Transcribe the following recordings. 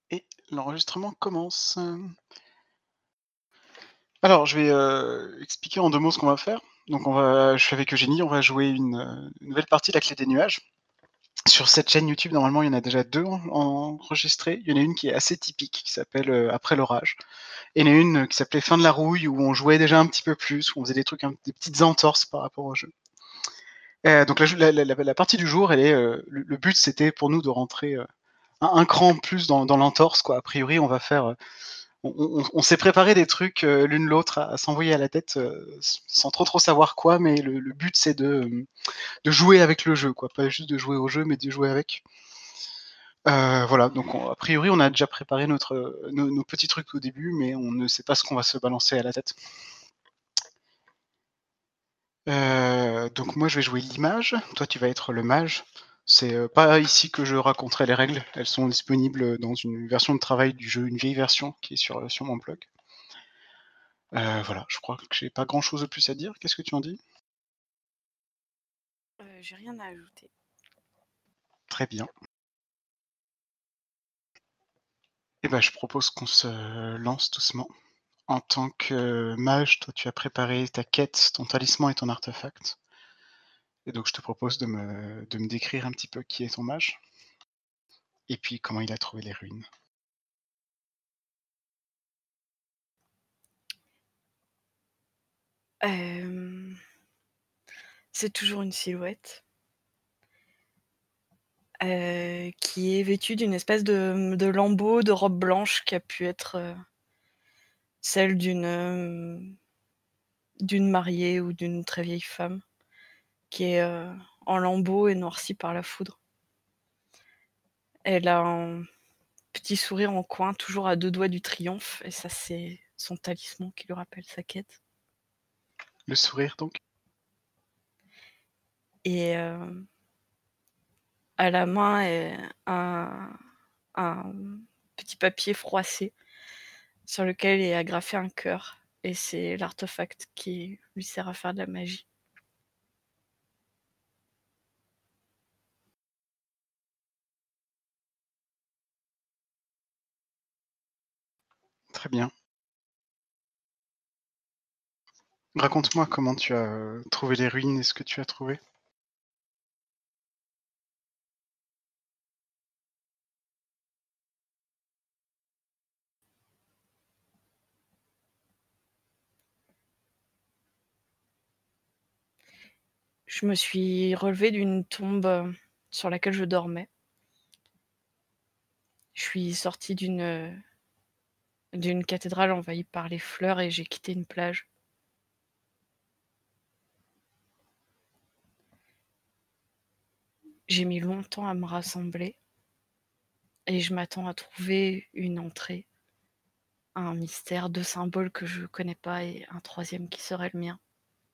Et l'enregistrement commence. Alors je vais, expliquer en 2 mots ce qu'on va faire. Donc je suis avec Eugénie, on va jouer une nouvelle partie de La Clé des Nuages. Sur cette chaîne YouTube, normalement, il y en a déjà 2 enregistrées. Il y en a une qui est assez typique, qui s'appelle, Après l'orage, et il y en a une qui s'appelait Fin de la rouille, où on jouait déjà un petit peu plus, où on faisait des trucs des petites entorses par rapport au jeu. Donc la partie du jour, elle est, le but, c'était pour nous de rentrer, un cran plus dans l'entorse, quoi. A priori, on va faire, on s'est préparé des trucs, l'une l'autre à s'envoyer à la tête, sans trop savoir quoi, mais le but c'est de jouer avec le jeu, quoi, pas juste de jouer au jeu, mais de jouer avec. Voilà, donc a priori, on a déjà préparé nos petits trucs au début, mais on ne sait pas ce qu'on va se balancer à la tête. Donc moi, je vais jouer l'image, toi, tu vas être le mage. C'est, pas ici que je raconterai les règles, elles sont disponibles dans une version de travail du jeu, une vieille version qui est sur mon blog. Voilà, je crois que j'ai pas grand chose de plus à dire. Qu'est-ce que tu en dis? J'ai rien à ajouter. Très bien. Et ben, je propose qu'on se lance doucement. En tant que mage, toi, tu as préparé ta quête, ton talisman et ton artefact. Et donc, je te propose de me décrire un petit peu qui est ton mage, et puis comment il a trouvé les ruines. Hem, c'est toujours une silhouette, qui est vêtue d'une espèce de lambeau de robe blanche qui a pu être, celle d'une mariée ou d'une très vieille femme qui est, en lambeaux et noircie par la foudre. Elle a un petit sourire en coin, toujours à 2 doigts du triomphe, et ça, c'est son talisman qui lui rappelle sa quête. Le sourire, donc? Et à la main est un petit papier froissé sur lequel est agrafé un cœur, et c'est l'artefact qui lui sert à faire de la magie. Très bien. Raconte-moi comment tu as, trouvé les ruines et ce que tu as trouvé? Je me suis relevée d'une tombe, sur laquelle je dormais. Je suis sortie d'une cathédrale envahie par les fleurs et j'ai quitté une plage. J'ai mis longtemps à me rassembler et je m'attends à trouver une entrée, un mystère, 2 symboles que je connais pas et un troisième qui serait le mien.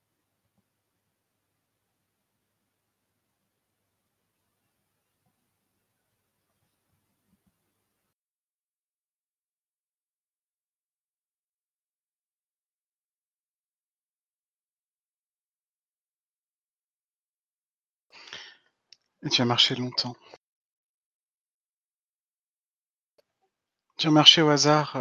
Et tu as marché longtemps. Tu as marché au hasard,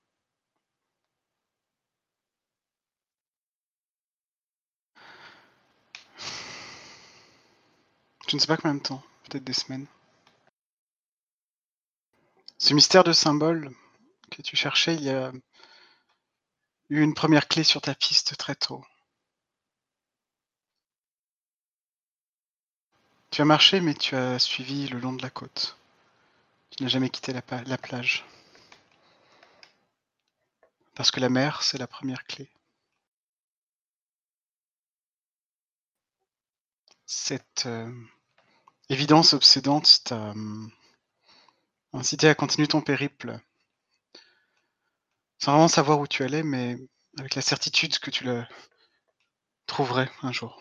je ne sais pas combien de temps, peut-être des semaines. Ce mystère de symbole que tu cherchais, il y a eu une première clé sur ta piste très tôt. Tu as marché, mais tu as suivi le long de la côte. Tu n'as jamais quitté la plage. Parce que la mer, c'est la première clé. Cette, évidence obsédante t'a, incité à continuer ton périple, sans vraiment savoir où tu allais, mais avec la certitude que tu le trouverais un jour.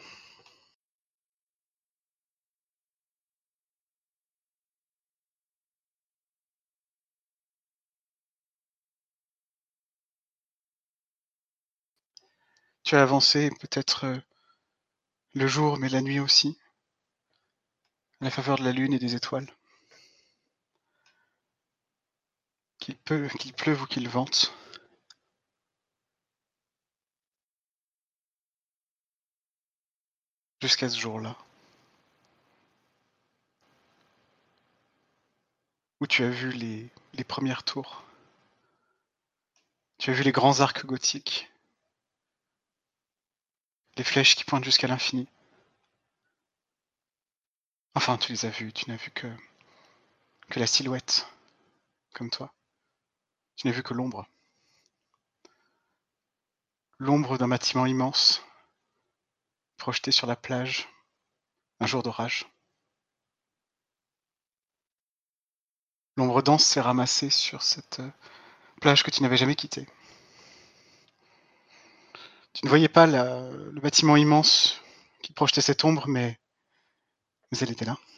Tu as avancé peut-être, le jour, mais la nuit aussi, à la faveur de la lune et des étoiles. qu'il pleuve ou qu'il vente. Jusqu'à ce jour-là. Où tu as vu les premières tours. Tu as vu les grands arcs gothiques. Les flèches qui pointent jusqu'à l'infini. Enfin, tu les as vus, tu n'as vu que la silhouette, comme toi. Tu n'as vu que l'ombre. L'ombre d'un bâtiment immense, projeté sur la plage, un jour d'orage. L'ombre dense s'est ramassée sur cette plage que tu n'avais jamais quittée. Tu ne voyais pas le bâtiment immense qui projetait cette ombre, mais elle était là.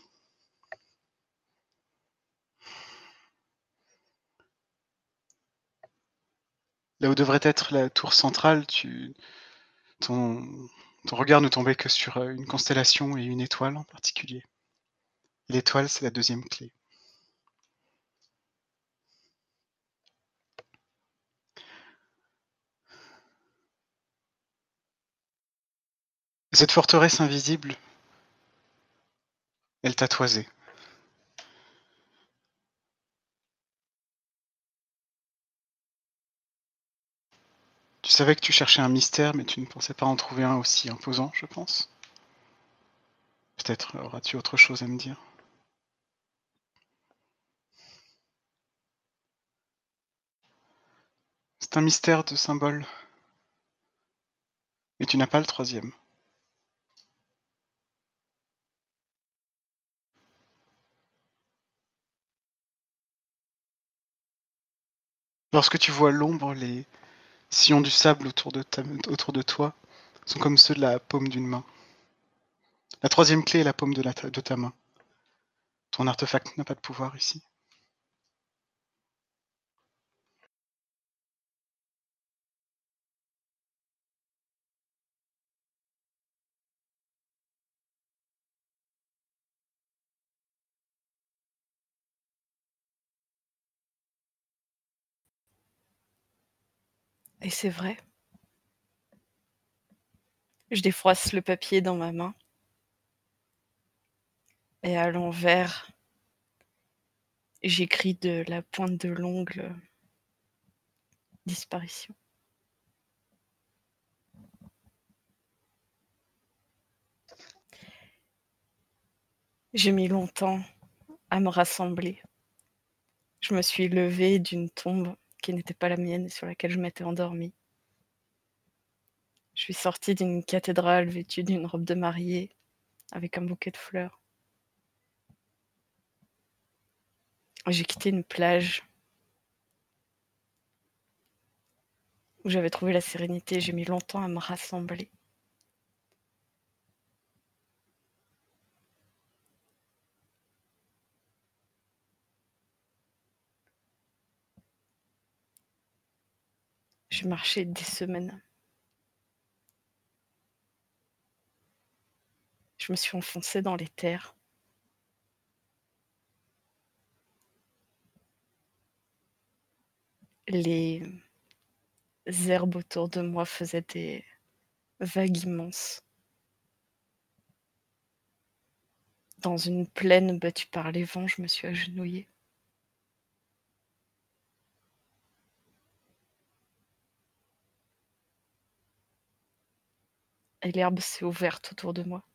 Là où devrait être la tour centrale, ton, ton regard ne tombait que sur une constellation et une étoile en particulier. Et l'étoile, c'est la deuxième clé. Et cette forteresse invisible, elle t'a toisé. Tu savais que tu cherchais un mystère, mais tu ne pensais pas en trouver un aussi imposant, je pense. Peut-être auras-tu autre chose à me dire. C'est un mystère de symbole. Et tu n'as pas le troisième. Lorsque tu vois l'ombre, les sillons du sable autour de toi sont comme ceux de la paume d'une main. La troisième clé est la paume de ta main. Ton artefact n'a pas de pouvoir ici. Et c'est vrai. Je défroisse le papier dans ma main. Et à l'envers, j'écris de la pointe de l'ongle disparition. J'ai mis longtemps à me rassembler. Je me suis levée d'une tombe qui n'était pas la mienne et sur laquelle je m'étais endormie. Je suis sortie d'une cathédrale vêtue d'une robe de mariée avec un bouquet de fleurs. J'ai quitté une plage où j'avais trouvé la sérénité. J'ai mis longtemps à me rassembler. J'ai marché des semaines. Je me suis enfoncée dans les terres. Les herbes autour de moi faisaient des vagues immenses. Dans une plaine battue par les vents, je me suis agenouillée. Et l'herbe s'est ouverte autour de moi.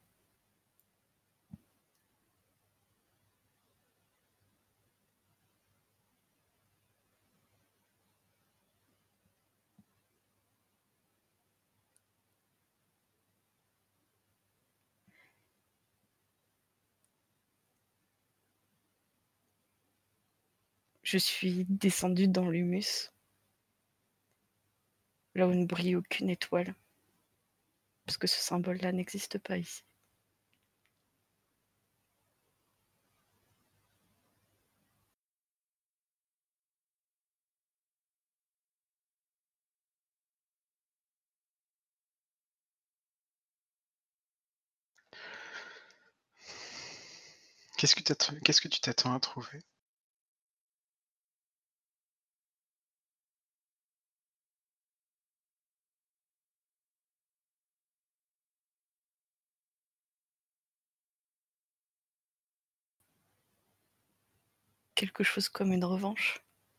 Je suis descendue dans l'humus, là où ne brille aucune étoile, parce que ce symbole-là n'existe pas ici. Qu'est-ce que tu t'attends à trouver? quelque chose comme une revanche.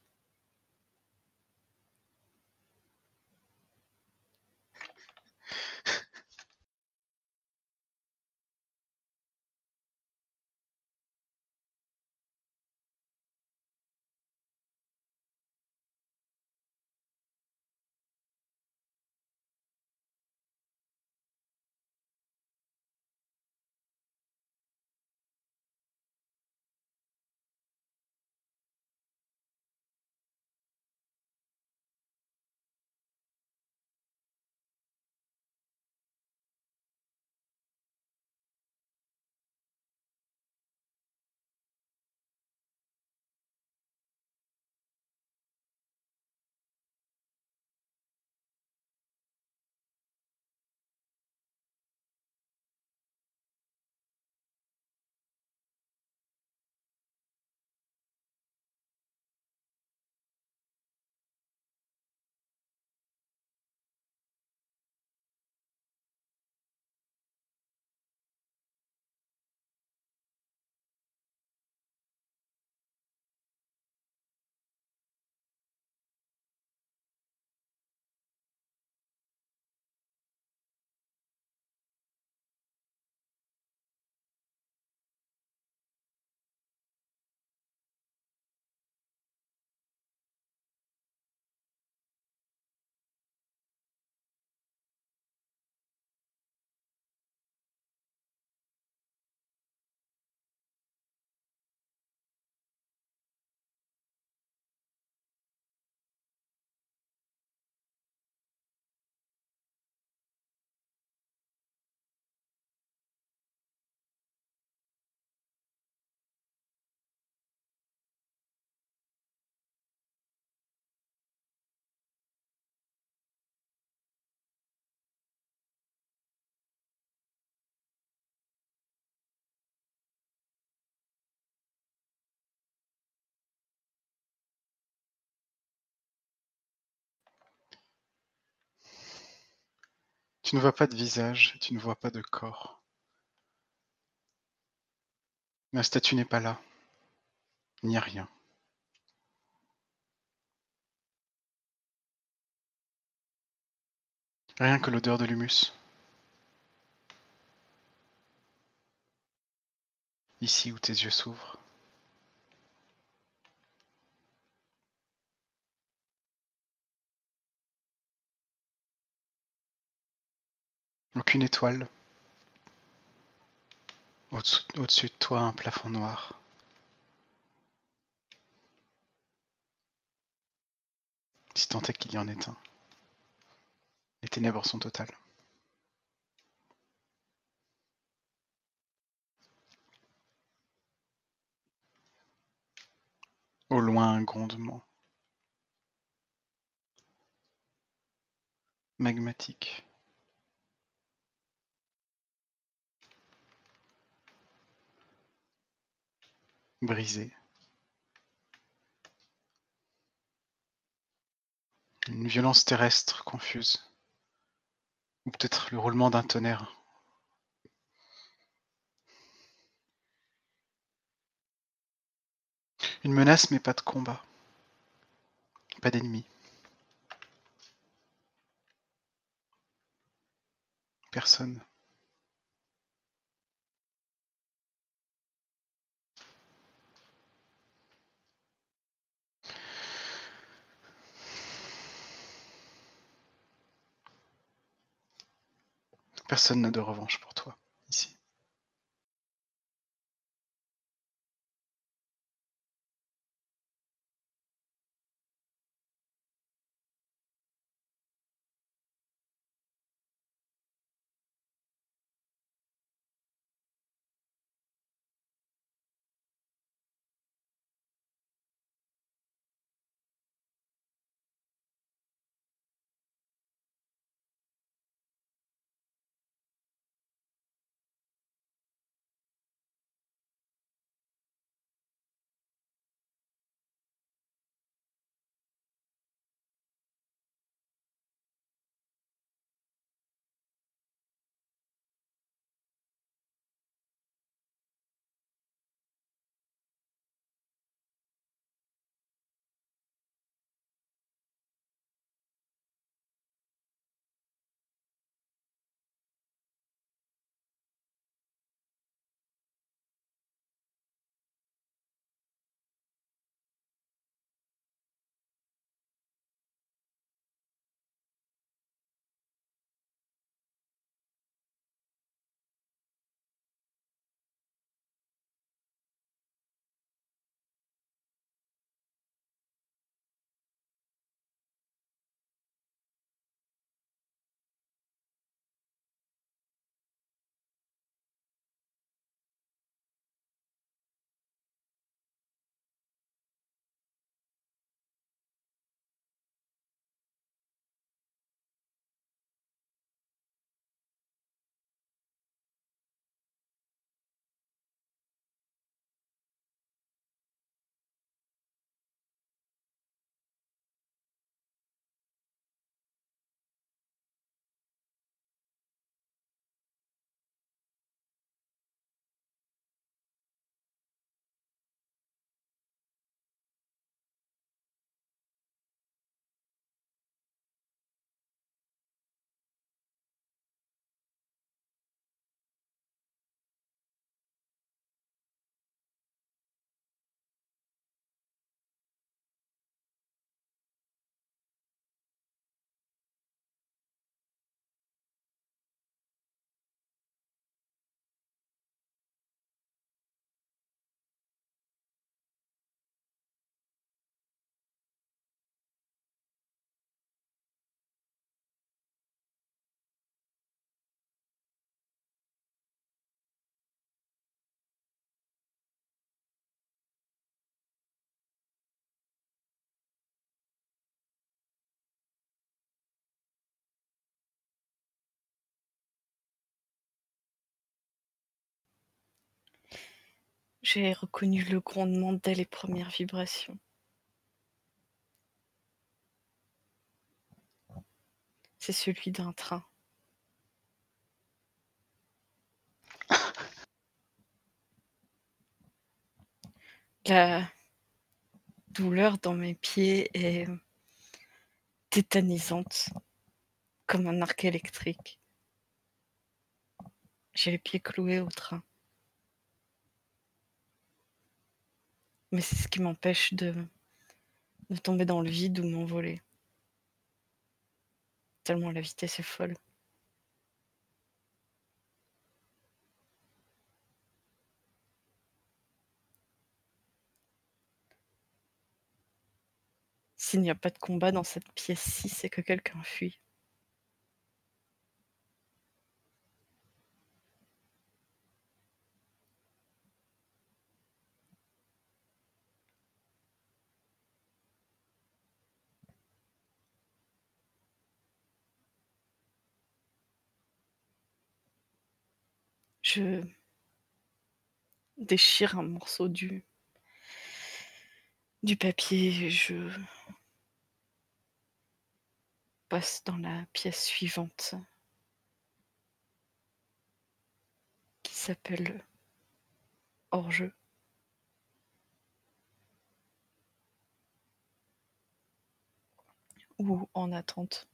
Tu ne vois pas de visage, tu ne vois pas de corps. La statue n'est pas là. Il n'y a rien. Rien que l'odeur de l'humus. Ici où tes yeux s'ouvrent. Aucune étoile. Au-dessus de toi, un plafond noir. Si tant est qu'il y en ait un. Les ténèbres sont totales. Au loin, un grondement. Magmatique. Brisé. Une violence terrestre confuse. Ou peut-être le roulement d'un tonnerre. Une menace mais pas de combat. Pas d'ennemi. Personne. Personne n'a de revanche pour toi, ici. J'ai reconnu le grondement dès les premières vibrations. C'est celui d'un train. La douleur dans mes pieds est tétanisante, comme un arc électrique. J'ai les pieds cloués au train. Mais c'est ce qui m'empêche de tomber dans le vide ou m'envoler. Tellement la vitesse est folle. S'il n'y a pas de combat dans cette pièce-ci, c'est que quelqu'un fuit. Je déchire un morceau du papier, je passe dans la pièce suivante qui s'appelle hors-jeu. Ou en attente.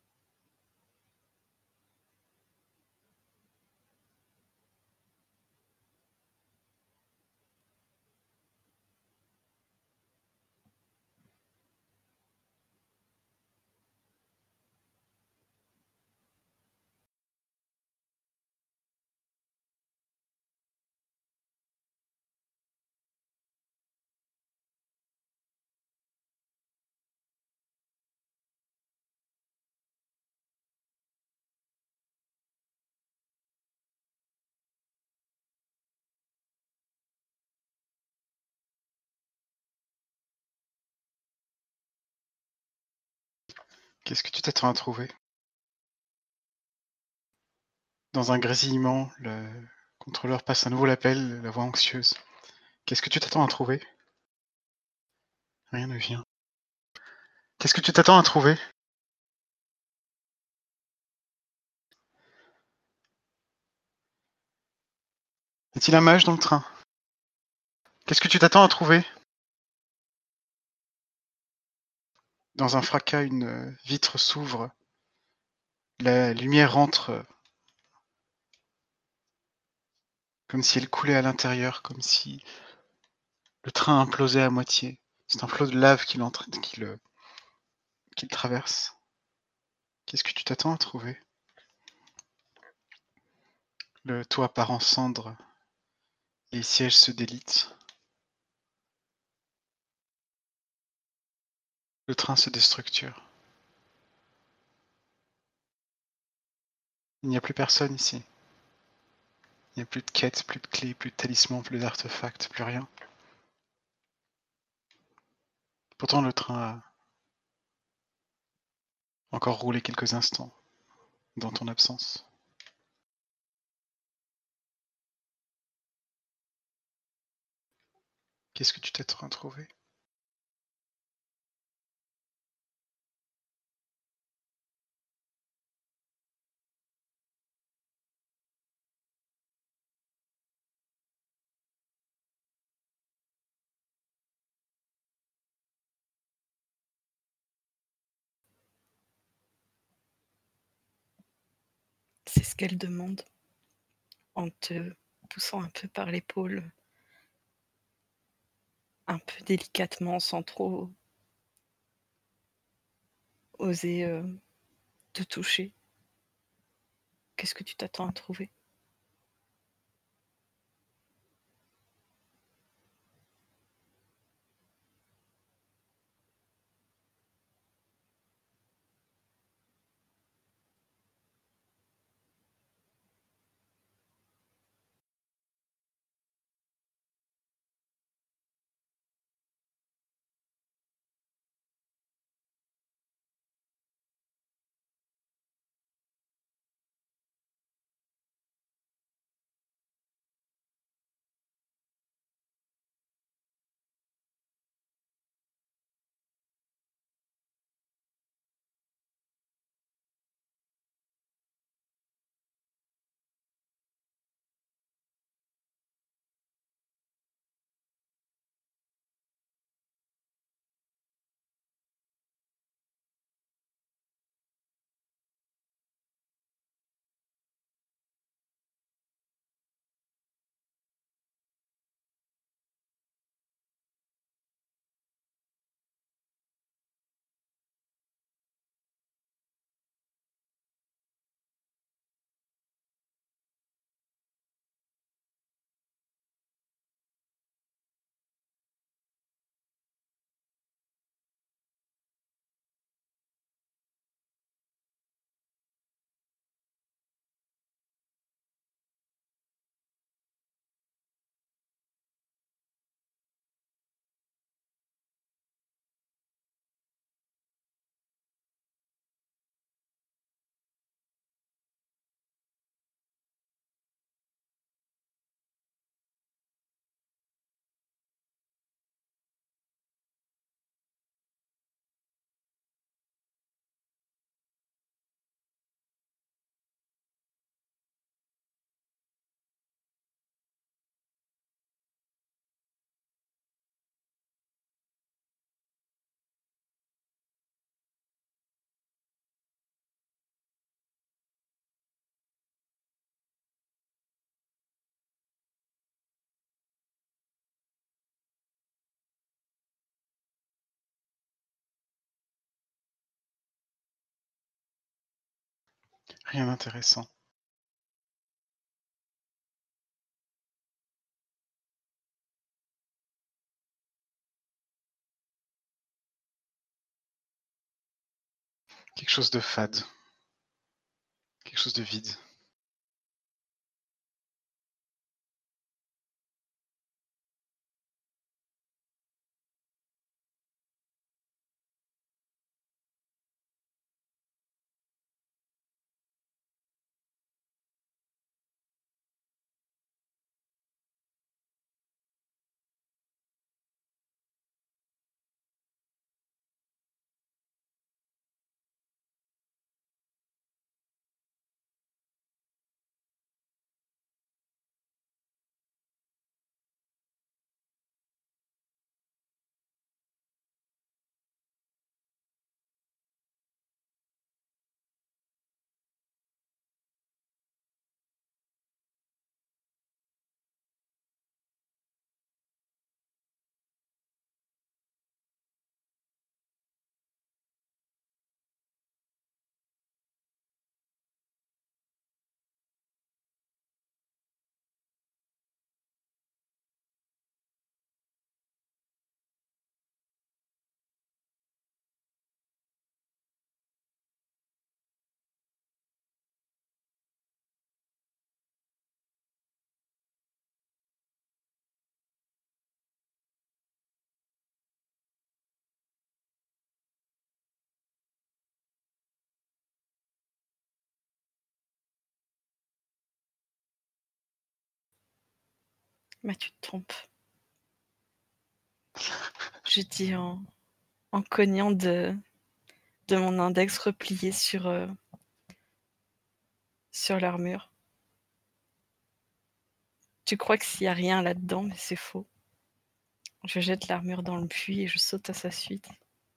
Qu'est-ce que tu t'attends à trouver? Dans un grésillement, le contrôleur passe à nouveau l'appel, la voix anxieuse. Qu'est-ce que tu t'attends à trouver? Rien ne vient. Qu'est-ce que tu t'attends à trouver? Y a-t-il un mage dans le train? Qu'est-ce que tu t'attends à trouver? Dans un fracas, une vitre s'ouvre. La lumière rentre comme si elle coulait à l'intérieur, comme si le train implosait à moitié. C'est un flot de lave qui le traverse. Qu'est-ce que tu t'attends à trouver? Le toit part en cendres. Les sièges se délitent. Le train se déstructure. Il n'y a plus personne ici. Il n'y a plus de quêtes, plus de clés, plus de talismans, plus d'artefacts, plus rien. Pourtant le train a encore roulé quelques instants, dans ton absence. Qu'est-ce que tu t'attends à trouver? C'est ce qu'elle demande en te poussant un peu par l'épaule, un peu délicatement, sans trop oser te toucher. Qu'est-ce que tu t'attends à trouver? Rien d'intéressant. Quelque chose de fade. Quelque chose de vide. Mais tu te trompes. Je dis en cognant de mon index replié sur l'armure. Tu crois que s'il y a rien là-dedans, mais c'est faux. Je jette l'armure dans le puits et je saute à sa suite.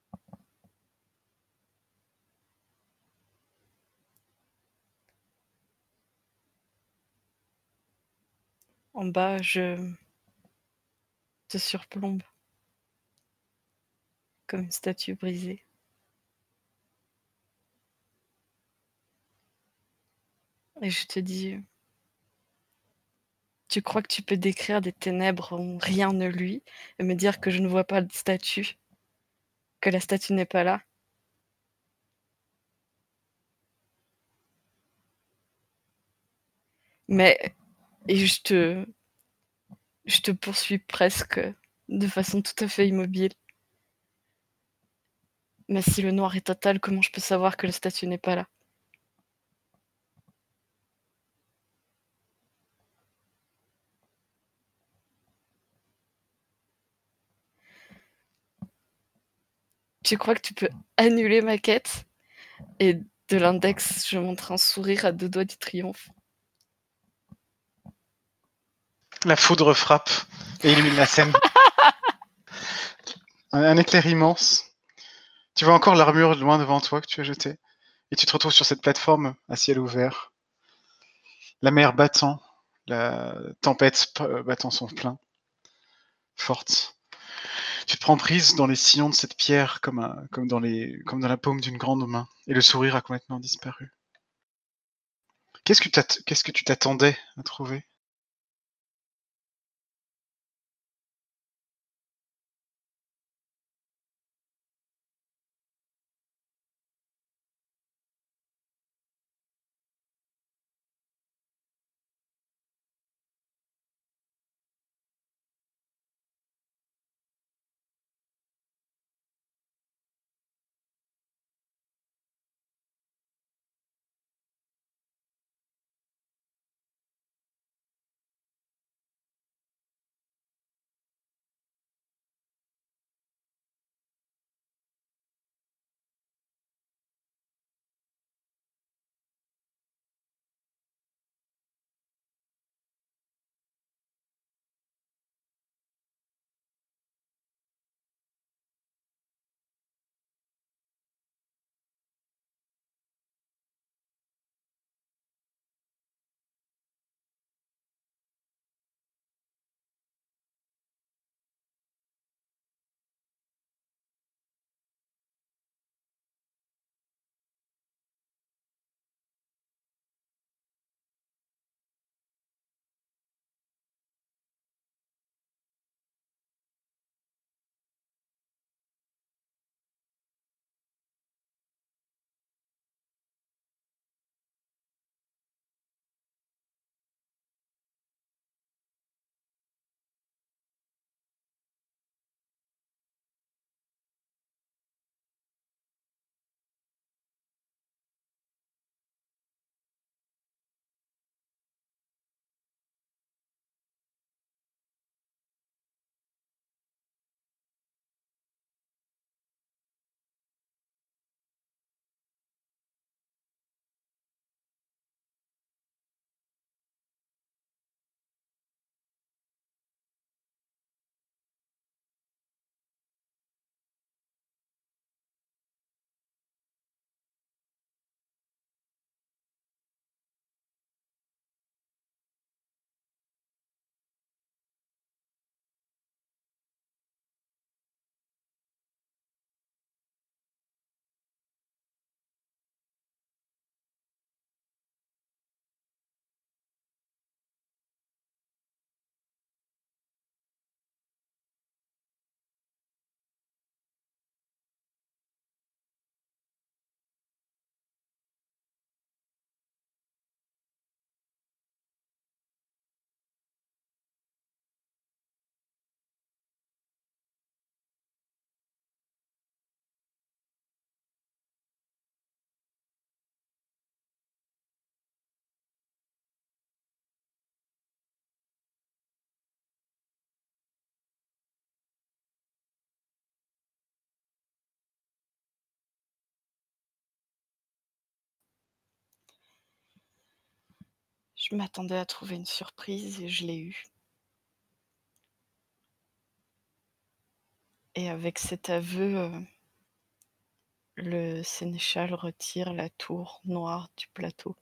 En bas, je te surplombe comme une statue brisée. Et je te dis, tu crois que tu peux décrire des ténèbres où rien ne luit et me dire que je ne vois pas de statue, que la statue n'est pas là? Mais et je te poursuis presque de façon tout à fait immobile. Mais si le noir est total, comment je peux savoir que la statue n'est pas là? Tu crois que tu peux annuler ma quête? Et de l'index, je montre un sourire à 2 doigts du triomphe. La foudre frappe et illumine la scène. Un éclair immense. Tu vois encore l'armure loin devant toi que tu as jetée. Et tu te retrouves sur cette plateforme à ciel ouvert. La mer battant, la tempête battant son plein, forte. Tu te prends prise dans les sillons de cette pierre comme dans la paume d'une grande main. Et le sourire a complètement disparu. Qu'est-ce que tu t'attendais à trouver? Je m'attendais à trouver une surprise et je l'ai eue. Et avec cet aveu, le sénéchal retire la tour noire du plateau.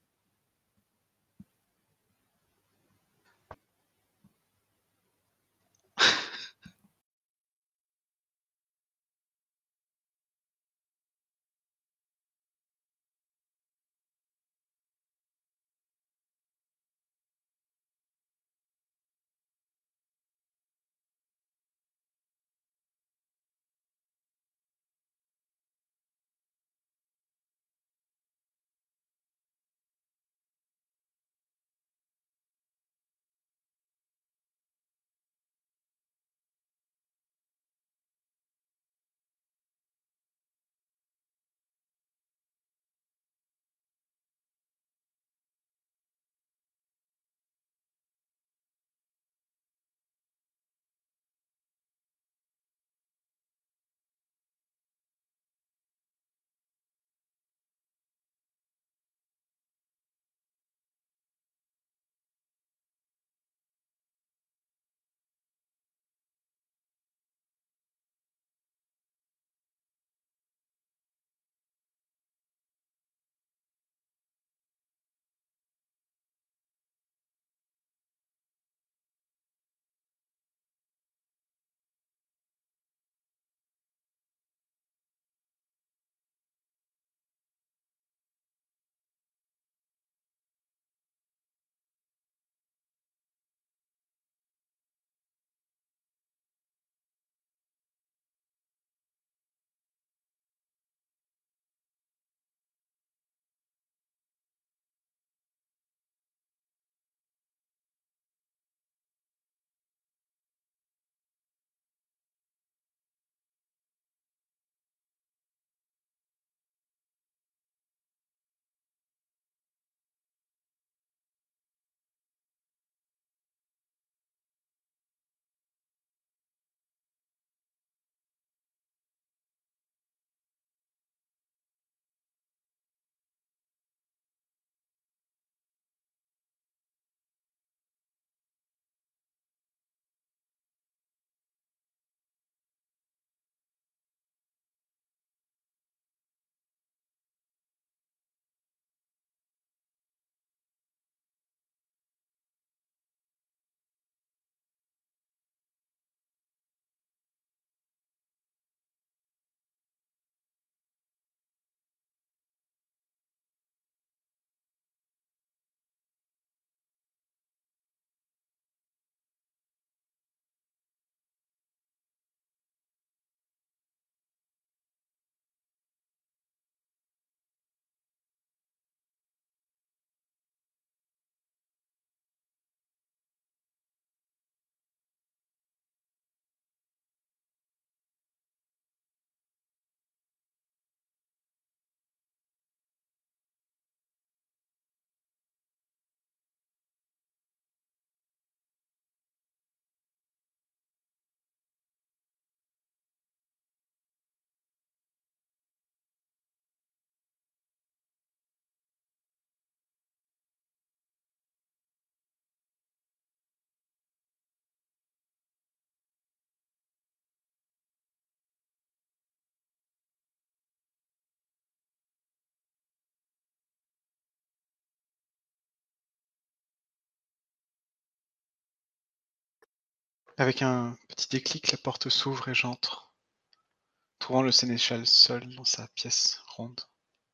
Avec un petit déclic, la porte s'ouvre et j'entre, trouvant le sénéchal seul dans sa pièce ronde.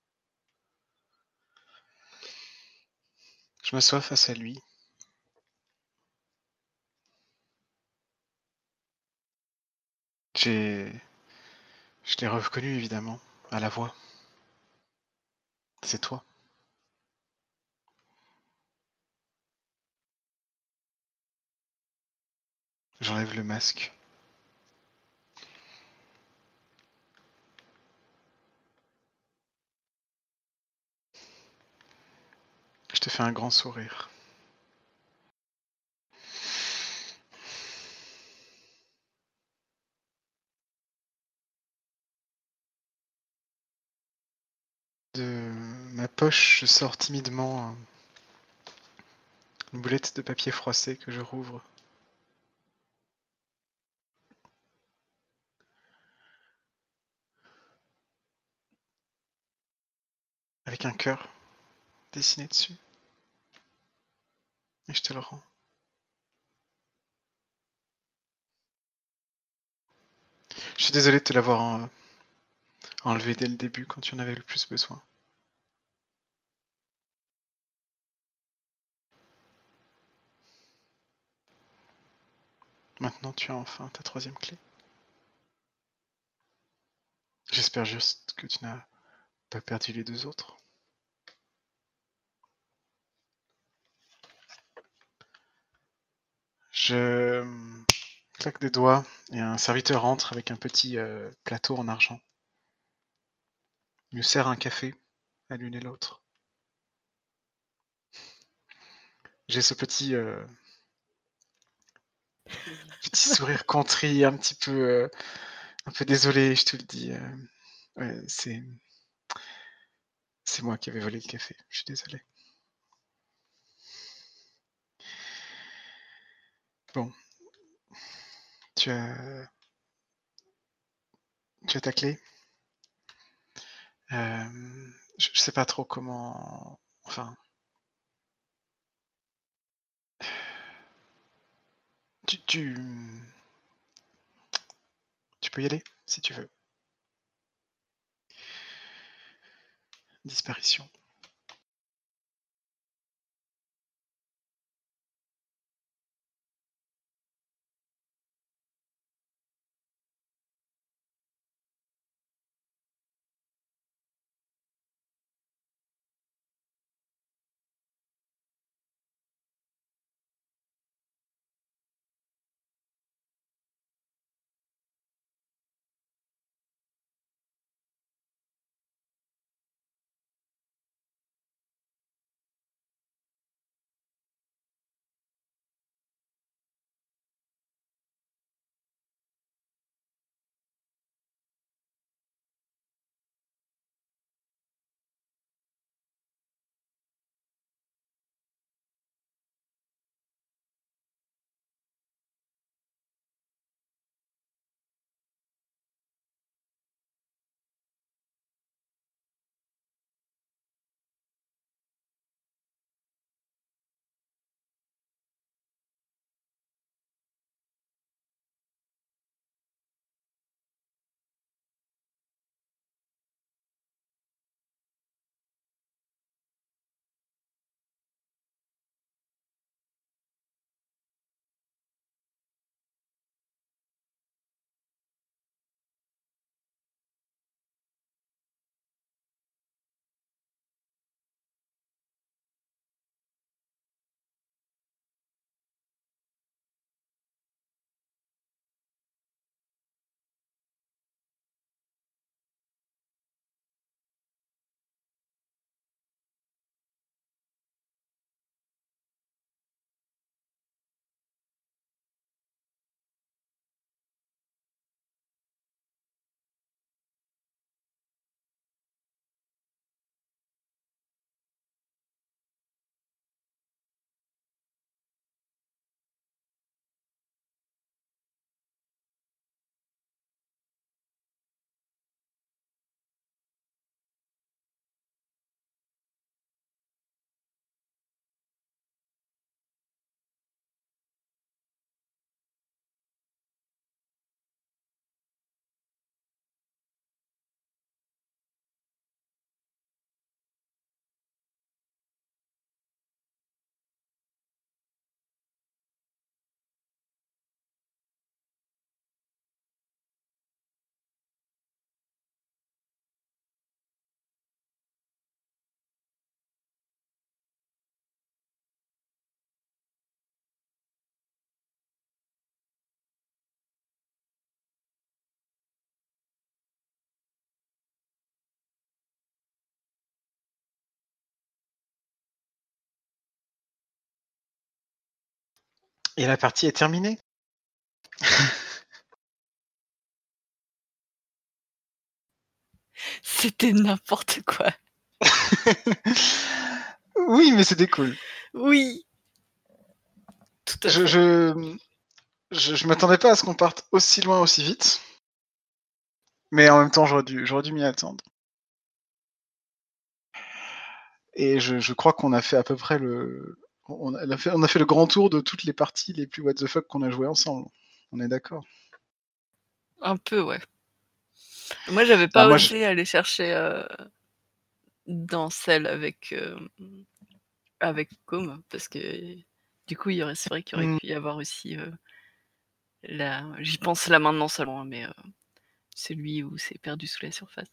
Je m'assois face à lui. J'ai Je l'ai reconnu évidemment, à la voix. C'est toi. J'enlève le masque. Je te fais un grand sourire. De ma poche, je sors timidement Une boulette de papier froissé que je rouvre. Avec un cœur dessiné dessus. Et je te le rends. Je suis désolé de te l'avoir enlevé dès le début quand tu en avais le plus besoin. Maintenant, tu as enfin ta troisième clé. J'espère juste que tu n'as pas perdu les deux autres. Je claque des doigts et un serviteur entre avec un petit plateau en argent. Il nous sert un café à l'une et l'autre. J'ai ce petit sourire contrit, un peu désolé, je te le dis. Ouais, c'est moi qui avais volé le café. Je suis désolé. Bon, tu as ta clé. Je sais pas trop comment. Enfin, tu peux y aller si tu veux. Disparition. Et la partie est terminée. C'était n'importe quoi. Oui, mais c'était cool. Oui. Tout à Je, fait. je m'attendais pas à ce qu'on parte aussi loin aussi vite, mais en même temps j'aurais dû m'y attendre. Et je crois qu'on a fait à peu près on a fait le grand tour de toutes les parties les plus what the fuck qu'on a joué ensemble. On est d'accord. Un peu, ouais. Moi, j'avais Ah, pas moi, osé aller chercher, dans celle avec Com parce que du coup, c'est vrai qu'il y aurait hmm, pu y avoir aussi, j'y pense là maintenant seulement, mais celui où c'est perdu sous la surface.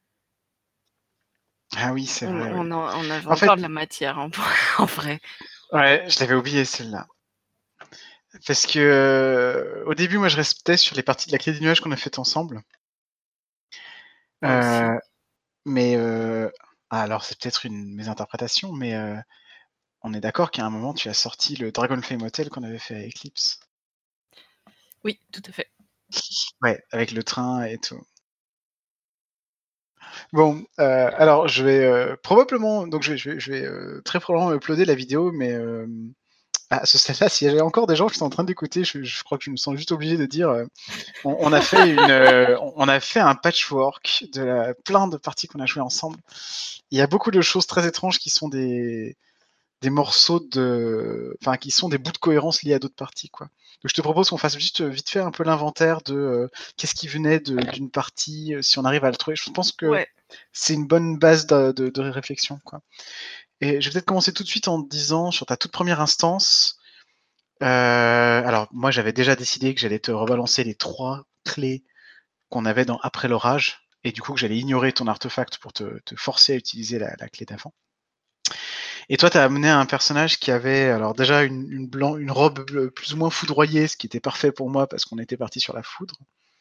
ah oui, c'est vrai, oui. On avait En fait, encore de la matière, hein, en vrai. ouais, je l'avais oublié celle-là. Parce que au début, moi, je restais sur les parties de la clé des nuages qu'on a faites ensemble. Moi aussi. Euh, mais alors, c'est peut-être une mésinterprétation, mais on est d'accord qu'à un moment, tu as sorti le Dragonflame Hotel qu'on avait fait à Eclipse. Oui, tout à fait. Ouais, avec le train et tout. Bon, alors je vais probablement, donc je vais très probablement uploader la vidéo, mais à ce stade-là, s'il y avait encore des gens qui sont en train d'écouter, je crois que je me sens juste obligé de dire, on a fait on a fait un patchwork de plein de parties qu'on a jouées ensemble. Il y a beaucoup de choses très étranges qui sont des morceaux enfin, qui sont des bouts de cohérence liés à d'autres parties, quoi. Donc je te propose qu'on fasse juste vite fait un peu l'inventaire de qu'est-ce qui venait d'une partie, si on arrive à le trouver. Je pense que Ouais. c'est une bonne base de réflexion, quoi. Et je vais peut-être commencer tout de suite en te disant sur ta toute première instance. Alors moi j'avais déjà décidé que j'allais te rebalancer les 3 clés qu'on avait dans Après l'orage, et du coup que j'allais ignorer ton artefact pour te forcer à utiliser la clé d'avant. Et toi, tu as amené un personnage qui avait alors déjà une robe plus ou moins foudroyée, ce qui était parfait pour moi parce qu'on était parti sur la foudre.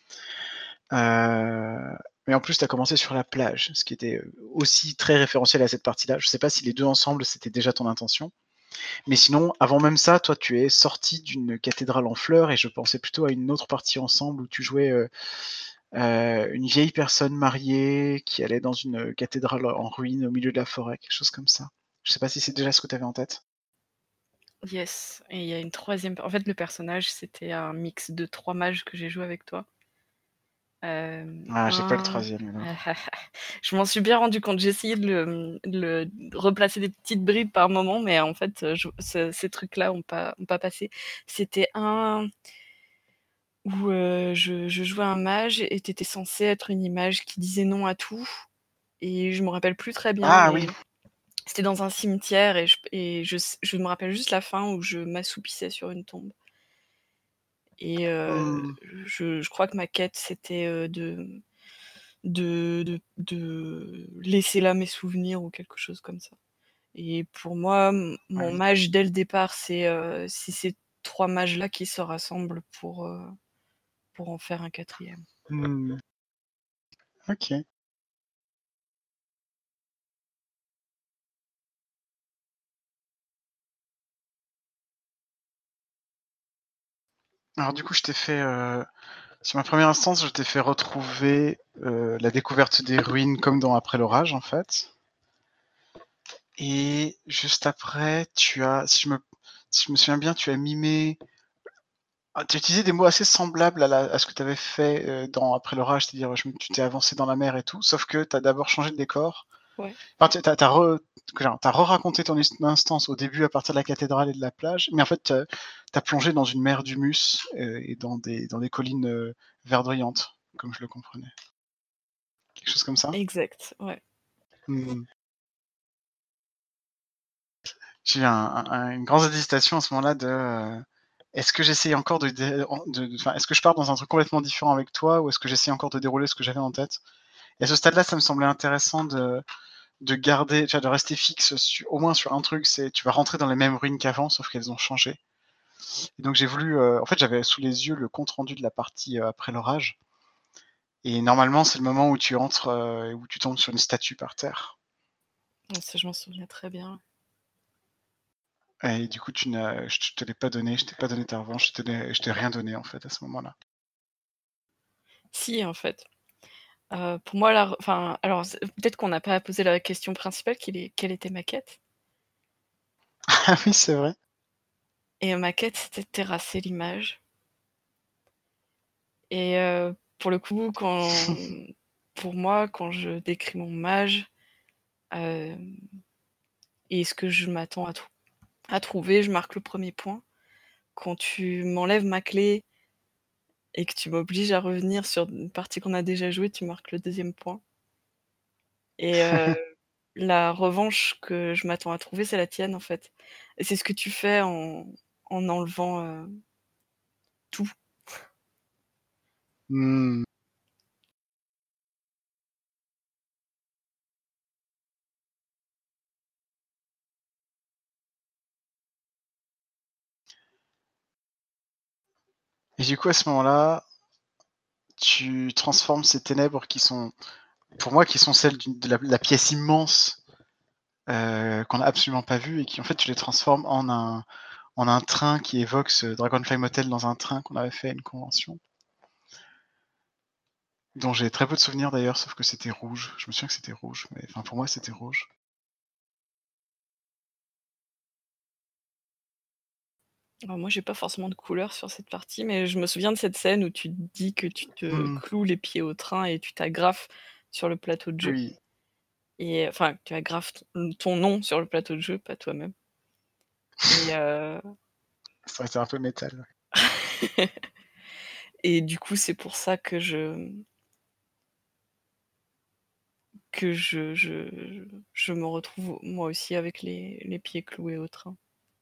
Mais en plus, tu as commencé sur la plage, ce qui était aussi très référentiel à cette partie-là. Je sais pas si les deux ensemble, c'était déjà ton intention. Mais sinon, avant même ça, toi, tu es sorti d'une cathédrale en fleurs et je pensais plutôt à une autre partie ensemble où tu jouais une vieille personne mariée qui allait dans une cathédrale en ruine au milieu de la forêt, quelque chose comme ça. Je sais pas si c'est déjà ce que tu avais en tête. Yes, et il y a une troisième. En fait, le personnage, c'était un mix de 3 mages que j'ai joué avec toi. Ah, j'ai pas le Un troisième alors. je m'en suis bien rendu compte. J'ai essayé de replacer des petites bribes par moment, mais en fait, ces trucs-là ont pas passé. C'était un où, je jouais un mage et tu étais censé être une image qui disait non à tout et je me rappelle plus très bien, Ah oui. mais c'était dans un cimetière et je me rappelle juste la fin où je m'assoupissais sur une tombe et Hmm. je crois que ma quête, c'était, de laisser là mes souvenirs ou quelque chose comme ça. Et pour moi, mon Ouais. mage dès le départ, c'est ces 3 mages-là qui se rassemblent pour en faire un quatrième. Hmm. Ok. Alors du coup, je t'ai fait sur ma première instance, je t'ai fait retrouver la découverte des ruines comme dans Après l'orage en fait. Et juste après, tu as, si je me souviens bien, tu as mimé. Ah, tu as utilisé des mots assez semblables à ce que tu avais fait dans Après l'orage, c'est-à-dire tu t'es avancé dans la mer et tout, sauf que tu as d'abord changé de décor. Ouais. Enfin, t'as re-raconté ton instance au début à partir de la cathédrale et de la plage, mais en fait, t'as plongé dans une mer d'humus et dans des collines verdoyantes, comme je le comprenais. Quelque chose comme ça. Exact, ouais. Hmm. J'ai eu une grande hésitation à ce moment-là de est-ce que j'essaye encore enfin, est-ce que je pars dans un truc complètement différent avec toi ou est-ce que j'essaye encore de dérouler ce que j'avais en tête? Et à ce stade-là, ça me semblait intéressant de garder, tu vois, de rester fixe au moins sur un truc, c'est tu vas rentrer dans les mêmes ruines qu'avant, sauf qu'elles ont changé. Et donc j'ai voulu, en fait, j'avais sous les yeux le compte rendu de la partie après l'orage. Et normalement, c'est le moment où tu entres et où tu tombes sur une statue par terre. Ça, je m'en souviens très bien. Et du coup, je te l'ai pas donné, je t'ai pas donné ta revanche, je t'ai rien donné en fait à ce moment-là. Si, en fait. Pour moi, enfin, alors, peut-être qu'on n'a pas posé la question principale, quelle était ma quête? Ah oui, c'est vrai. et ma quête, c'était de terrasser l'image. Et pour le coup, pour moi, quand je décris mon mage, hem et ce que je m'attends à trouver, je marque le premier point. Quand tu m'enlèves ma clé et que tu m'obliges à revenir sur une partie qu'on a déjà jouée, tu marques le deuxième point. Et la revanche que je m'attends à trouver, c'est la tienne, en fait. Et c'est ce que tu fais en enlevant, tout. Mmh. Et du coup, à ce moment-là, tu transformes ces ténèbres qui sont, pour moi, qui sont celles de la pièce immense, qu'on n'a absolument pas vue et qui, en fait, tu les transformes en un train qui évoque ce Dragonfly Motel dans un train qu'on avait fait à une convention, dont j'ai très peu de souvenirs d'ailleurs, sauf que c'était rouge. Je me souviens que c'était rouge, mais enfin, pour moi, c'était rouge. Alors moi, j'ai pas forcément de couleur sur cette partie, mais je me souviens de cette scène où tu te dis que tu te Mmh. cloues les pieds au train et tu t'agrafes sur le plateau de jeu. Oui, Et enfin, tu agrafes ton nom sur le plateau de jeu, pas toi-même. Et ça aurait été un peu métal. et du coup, c'est pour ça que je me retrouve moi aussi avec les pieds cloués au train.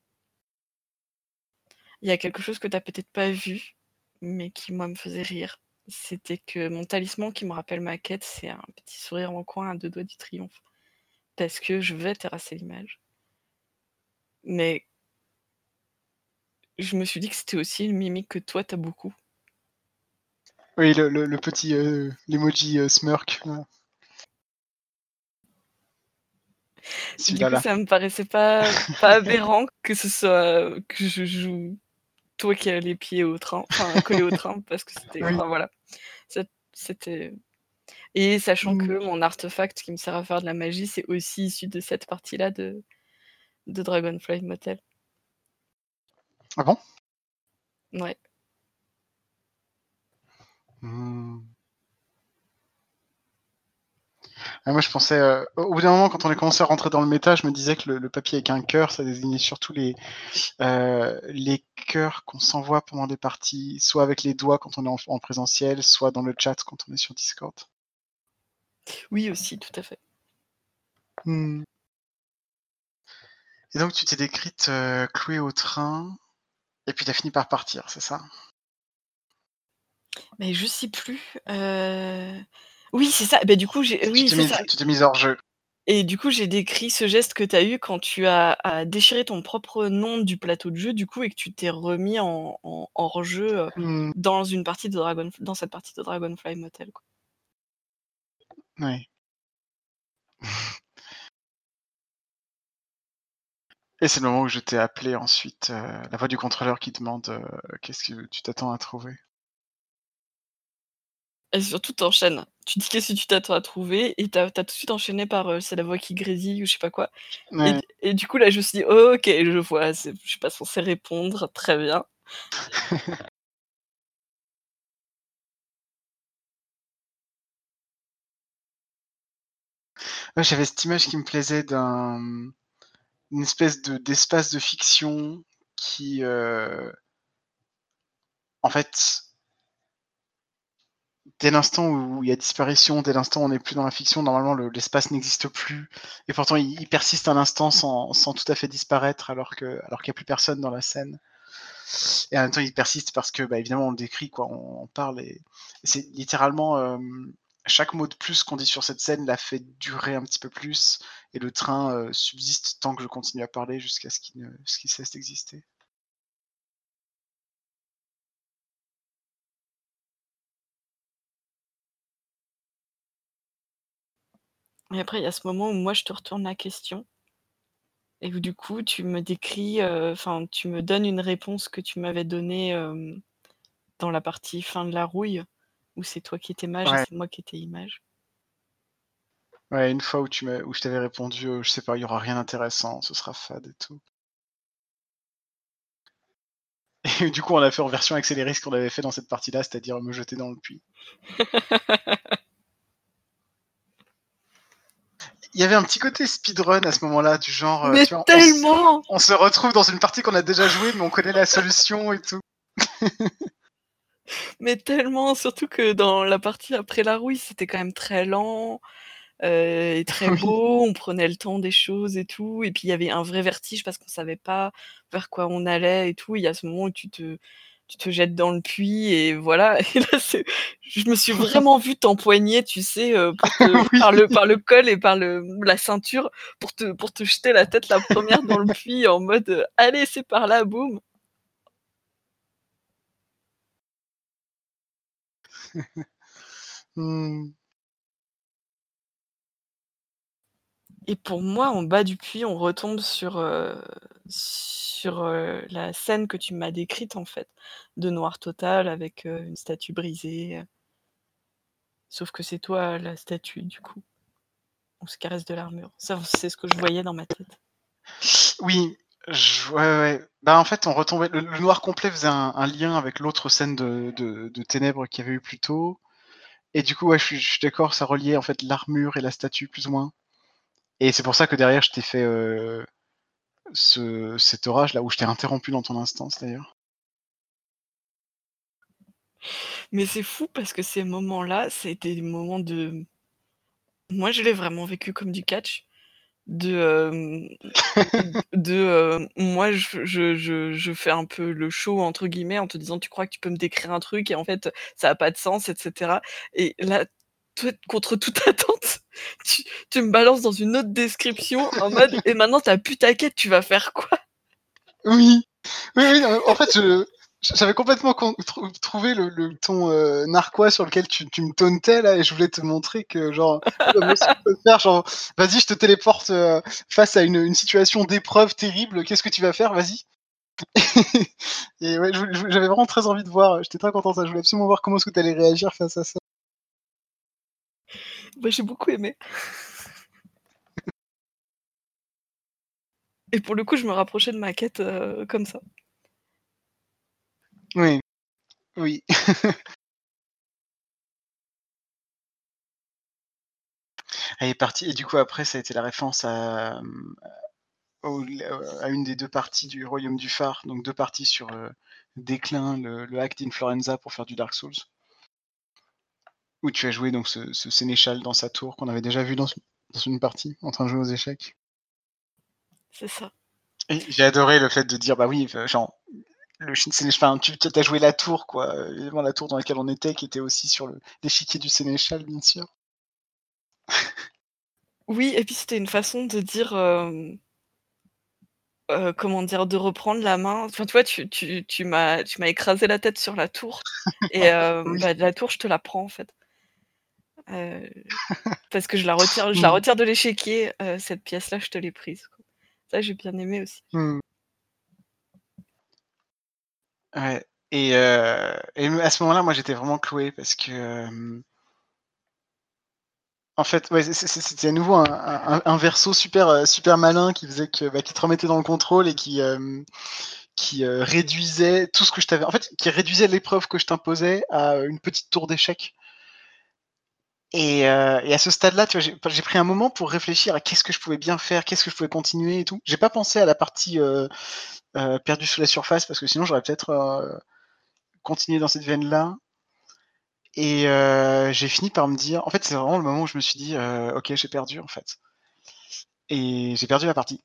Il y a quelque chose que tu as peut-être pas vu, mais qui moi me faisait rire. C'était que mon talisman qui me rappelle ma quête, c'est un petit sourire en coin à 2 doigts du triomphe. Parce que je vais terrasser l'image. Mais je me suis dit que c'était aussi une mimique que toi tu as beaucoup. Oui, le petit, l'emoji, smirk, là, Du celui-là coup, là. ça me paraissait pas aberrant que ce soit que je joue toi qui as les pieds au train, enfin collé au train parce que c'était Oui. enfin voilà, c'était et sachant que Mmh. mon artefact qui me sert à faire de la magie, c'est aussi issu de cette partie-là de Dragonfly Motel. Ah bon? Ouais. Mmh. Ah moi je pensais, au bout d'un moment quand on a commencé à rentrer dans le méta, je me disais que le papier avec un cœur, ça désignait surtout les cœurs qu'on s'envoie pendant des parties, soit avec les doigts quand on est en présentiel, soit dans le chat quand on est sur Discord. Oui aussi, tout à fait. Mmh. Et donc tu t'es décrite, clouée au train et puis tu as fini par partir, c'est ça? Mais je sais plus, oui c'est ça, bah, du coup j'ai Tu oui t'es c'est mise ça tu t'es mise hors jeu. et du coup j'ai décrit ce geste que tu as eu quand tu as déchiré ton propre nom du plateau de jeu du coup et que tu t'es remis en hors jeu, Mmh. dans cette partie de Dragonfly Motel, quoi. Oui. Et c'est le moment où je t'ai appelé ensuite, la voix du contrôleur qui demande, qu'est-ce que tu t'attends à trouver? Et surtout tu enchaînes. Tu dis: «Qu'est-ce que tu t'attends à trouver?» et tu as tout de suite enchaîné par, «C'est la voix qui grésille» ou je sais pas quoi Ouais. et du coup là je me suis dit: «OK, je vois, je suis pas censée répondre, très bien». Ouais, j'avais cette image qui me plaisait une espèce d'espace de fiction qui, en fait, dès l'instant où il y a disparition, dès l'instant où on n'est plus dans la fiction, normalement l'espace n'existe plus et pourtant il persiste un instant sans tout à fait disparaître alors qu'il y a plus personne dans la scène et en même temps il persiste parce que, bah, évidemment on le décrit quoi, on parle et c'est littéralement, chaque mot de plus qu'on dit sur cette scène la fait durer un petit peu plus et le train, subsiste tant que je continue à parler jusqu'à ce qu'il cesse d'exister. Et après il y a ce moment où moi je te retourne la question et où du coup tu me décris, enfin tu me donnes une réponse que tu m'avais donnée, dans la partie fin de la rouille, où c'est toi qui étais mage et Ouais, c'est moi qui étais image. ouais, une fois où je t'avais répondu, je sais pas, il y aura rien d'intéressant, ce sera fade et tout. Et du coup, on l'a fait en version accélérée ce qu'on avait fait dans cette partie-là, c'est-à-dire me jeter dans le puits. Il y avait un petit côté speedrun à ce moment-là, du genre, Mais tu vois, tellement! on se retrouve dans une partie qu'on a déjà jouée, mais on connaît la solution et tout. Mais tellement! Surtout que dans la partie après la rouille, c'était quand même très lent, et très Oui, beau, on prenait le temps des choses et tout et puis il y avait un vrai vertige parce qu'on savait pas vers quoi on allait et tout. Il y a ce moment où tu te jettes dans le puits et voilà et là je me suis vraiment vue t'empoigner, tu sais, pour te oui. par le col et par la ceinture pour te jeter la tête la première dans le puits en mode, «Allez, c'est par là, boum!» Mmh. Et pour moi, en bas du puits, on retombe sur la scène que tu m'as décrite, en fait, de noir total avec, une statue brisée, sauf que c'est toi la statue, du coup. On se caresse de l'armure. Ça, c'est ce que je voyais dans ma tête. Oui, ouais, ouais. Bah, en fait, on retombait le noir complet faisait un lien avec l'autre scène de ténèbres qu'il y avait eu plus tôt et du coup, ouais, je suis d'accord, ça reliait, en fait, l'armure et la statue plus ou moins et c'est pour ça que derrière je t'ai fait, cet orage là où je t'ai interrompu dans ton instance d'ailleurs. Mais c'est fou parce que ces moments-là, c'était des moments de moi, je l'ai vraiment vécu comme du catch, de, moi je fais un peu «le show» entre guillemets en te disant: «Tu crois que tu peux me décrire un truc et en fait ça a pas de sens» et cetera et là, toi, contre toute attente, tu tu me balances dans une autre description en mode: «Et maintenant tu as plus ta quête, tu vas faire quoi?» Oui, oui, oui, en fait, j'avais complètement trouvé le ton, narquois sur lequel tu me tauntais là et je voulais te montrer que genre, ah bah, moi aussi je peux le faire, genre: «Vas-y, je te téléporte, face à une situation d'épreuve terrible, qu'est-ce que tu vas faire? Vas-y». Et ouais, j'avais vraiment très envie de voir, j'étais très content de ça, je voulais absolument voir comment est-ce que tu allais réagir face à ça. Bah, j'ai beaucoup aimé et pour le coup, je me rapprochais de ma quête, comme ça. Oui, oui. Elle est partie et du coup après ça a été la référence à, à une des 2 parties du Royaume du Phare, donc 2 parties sur, Déclin, le hack d'Inflorenza pour faire du Dark Souls, où tu as joué donc ce sénéchal dans sa tour qu'on avait déjà vu dans une partie, en train de jouer aux échecs C'est ça. et j'ai adoré le fait de dire: «Bah oui, genre le sénéchal enfin tu as joué la tour quoi, évidemment la tour dans laquelle on était qui était aussi sur l'échiquier du sénéchal bien sûr». Oui et puis c'était une façon de dire, comment dire? De reprendre la main. Enfin, tu vois, tu m'as écrasé la tête sur la tour et Oui. bah, la tour, je te la prends, en fait, heu, parce que je la Mmh. retire de l'échiquier, cette pièce-là, je te l'ai prise, quoi. Ça, j'ai bien aimé aussi. Mmh. Ouais et à ce moment-là, moi j'étais vraiment cloué parce que, en fait, ouais, c'était à nouveau un verso super, super malin qui faisait que, bah, qui te remettait dans le contrôle et qui, réduisait tout ce que je t'avais en fait, qui réduisait l'épreuve que je t'imposais à, une petite tour d'échecs et à ce stade-là, tu vois, j'ai pris un moment pour réfléchir à qu'est-ce que je pouvais bien faire, qu'est-ce que je pouvais continuer et tout. J'ai pas pensé à la partie, perdue sous la surface parce que sinon j'aurais peut-être, continué dans cette veine-là et j'ai fini par me dire en fait, c'est vraiment le moment où je me suis dit: «OK, j'ai perdu, en fait» et j'ai perdu la partie.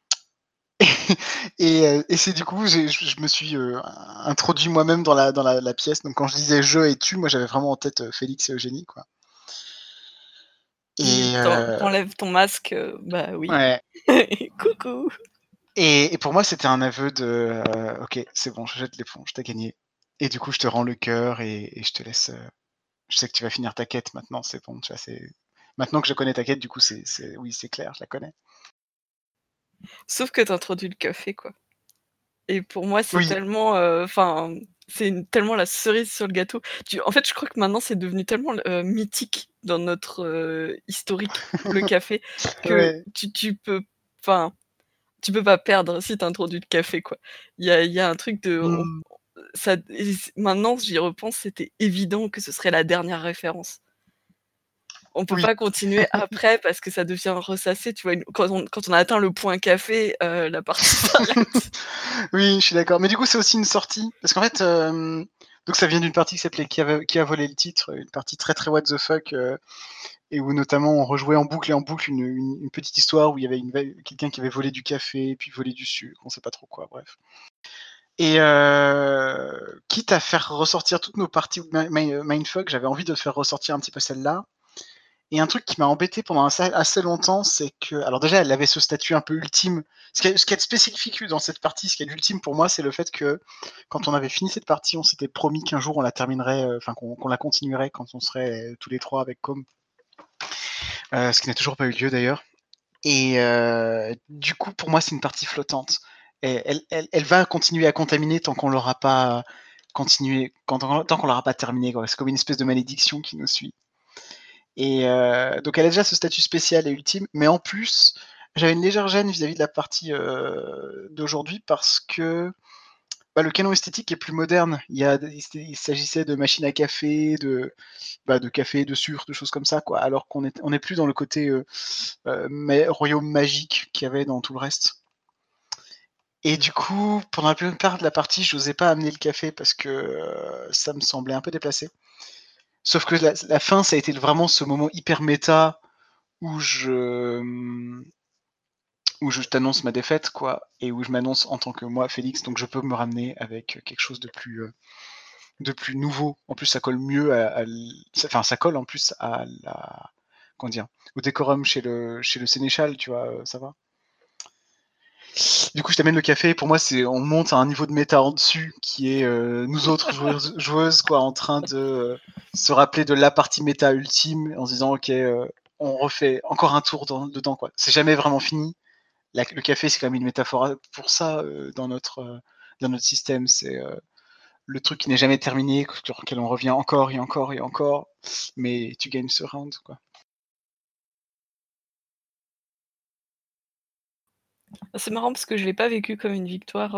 Et c'est du coup, je me suis, introduit moi-même dans la pièce. Donc quand je disais «je» et «tu», moi j'avais vraiment en tête, Félix et Eugénie, quoi. Oui, Et tu ton masque, bah, oui. ouais Coucou! et pour moi, c'était un aveu de, «OK, c'est bon, je jette l'éponge, tu as gagné» et du coup, je te rends le cœur et je te laisse, je sais que tu vas finir ta quête maintenant, c'est bon, tu vois? C'est maintenant que je connais ta quête, du coup, c'est oui, c'est clair, je la connais. Sauf que tu introduis le café, quoi et pour moi, c'est Oui, tellement, enfin, c'est tellement la cerise sur le gâteau. En fait, je crois que maintenant, c'est devenu tellement, mythique dans notre, historique, le café, que ouais. tu peux enfin, tu peux pas perdre si tu introduis le café, quoi. Il y a un truc de Mmh. ça et c maintenant j'y repense, c'était évident que ce serait la dernière référence. On peut Oui, pas continuer après parce que ça devient ressassé, tu vois? Une quand on a atteint le point café, la partie s'arrête. oui, je suis d'accord. Mais du coup, c'est aussi une sortie parce qu'en fait, donc ça vient d'une partie qui s'appelait Qui a volé le titre? Une partie très, très what the fuck, et où notamment on rejouait en boucle et en boucle une petite histoire où il y avait quelqu'un qui avait volé du café, puis volé du sucre, on sait pas trop quoi, bref. Et quitte à faire ressortir toutes nos parties mindfuck, j'avais envie de faire ressortir un petit peu celle-là. Et un truc qui m'a embêté pendant assez longtemps, c'est que alors déjà, elle avait ce statut un peu ultime. Ce qui est spécifique dans cette partie, ce qui est ultime pour moi, c'est le fait que quand on avait fini cette partie, on s'était promis qu'un jour on la terminerait, enfin qu'on la continuerait quand on serait tous les 3 avec Com, ce qui n'a toujours pas eu lieu d'ailleurs. Et du coup, pour moi, c'est une partie flottante. Et elle va continuer à contaminer tant qu'on l'aura pas continué, tant qu'on l'aura pas terminé, quoi. C'est comme une espèce de malédiction qui nous suit. Et donc elle a déjà ce statut spécial et ultime, mais en plus, j'avais une légère gêne vis-à-vis de la partie, d'aujourd'hui parce que, bah, le canon esthétique est plus moderne. Il s'agissait de machines à café, de café, de sucre, de choses comme ça, quoi, alors on est plus dans le côté, royaume magique qu'il y avait dans tout le reste. Et du coup, pendant la plupart de la partie, j'osais pas amener le café parce que, ça me semblait un peu déplacé. Sauf que la fin, ça a été vraiment ce moment hyper méta où je t'annonce ma défaite, quoi, et où je m'annonce en tant que moi, Félix, donc je peux me ramener avec quelque chose de plus nouveau. En plus, ça colle mieux enfin, ça colle en plus à comment dire, au décorum chez le sénéchal, tu vois, ça va. Du coup, je t'amène le café. Pour moi, on monte à un niveau de méta en dessus qui est nous autres joueuses, quoi, en train de se rappeler de la partie méta ultime en se disant, ok, on refait encore un tour dedans, quoi. C'est jamais vraiment fini. Le café, c'est quand même une métaphore pour ça dans notre système. C'est le truc qui n'est jamais terminé, sur lequel on revient encore et encore et encore, mais tu gagnes ce round, quoi. C'est marrant parce que je l'ai pas vécu comme une victoire,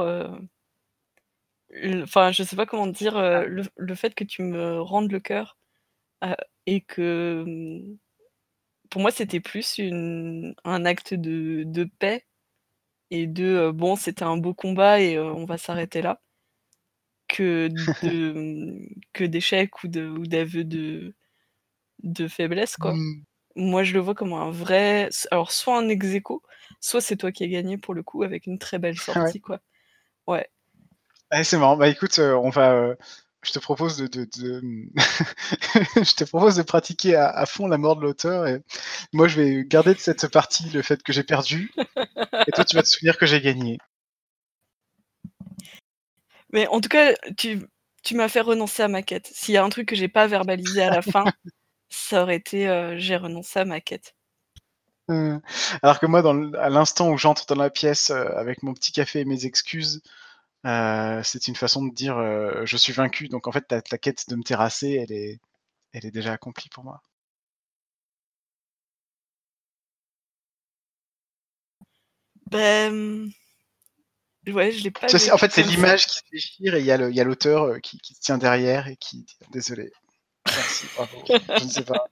enfin, je sais pas comment dire, le fait que tu me rendes le cœur, heu et que, pour moi, c'était plus un acte de paix et bon, c'était un beau combat et on va s'arrêter là, que que d'échecs ou d'aveux de faiblesse, quoi. Mmh. Moi, je le vois comme un vrai alors soit un ex aequo, soit c'est toi qui as gagné pour le coup avec une très belle Ah ouais. sortie, quoi. Ouais. Ouais, c'est marrant. Bah, écoute, je te propose je te propose de pratiquer à fond la mort de l'auteur et moi, je vais garder de cette partie le fait que j'ai perdu et toi, tu vas te souvenir que j'ai gagné. Mais en tout cas, tu m'as fait renoncer à ma quête. S'il y a un truc que j'ai pas verbalisé à la fin, ça aurait été, j'ai renoncé à ma quête. Heu, alors que moi, à l'instant où j'entre dans la pièce, avec mon petit café et mes excuses, c'est une façon de dire, «Je suis vaincu», donc en fait, ta quête de me terrasser, elle est déjà accomplie pour moi. Beh, ouais, je l'ai pas Tu sais, en vécu fait, c'est comme ça. l'image qui se déchire et il y a l'auteur, qui se tient derrière et qui dit: «Désolé, merci, bravo». Je ne sais pas.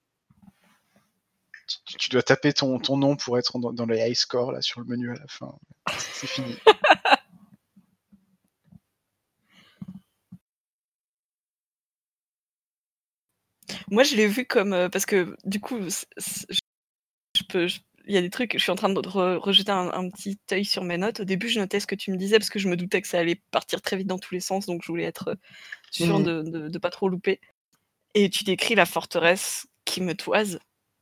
Tu dois taper ton nom pour être dans les high scores là sur le menu à la fin. C'est fini. Moi, je l'ai vu comme, parce que du coup, je peux je il y a des trucs, je suis en train de rejeter un petit œil sur mes notes. Au début, je notais ce que tu me disais parce que je me doutais que ça allait partir très vite dans tous les sens, donc je voulais être, sûre Mmh. de pas trop louper et tu décris la forteresse qui me toise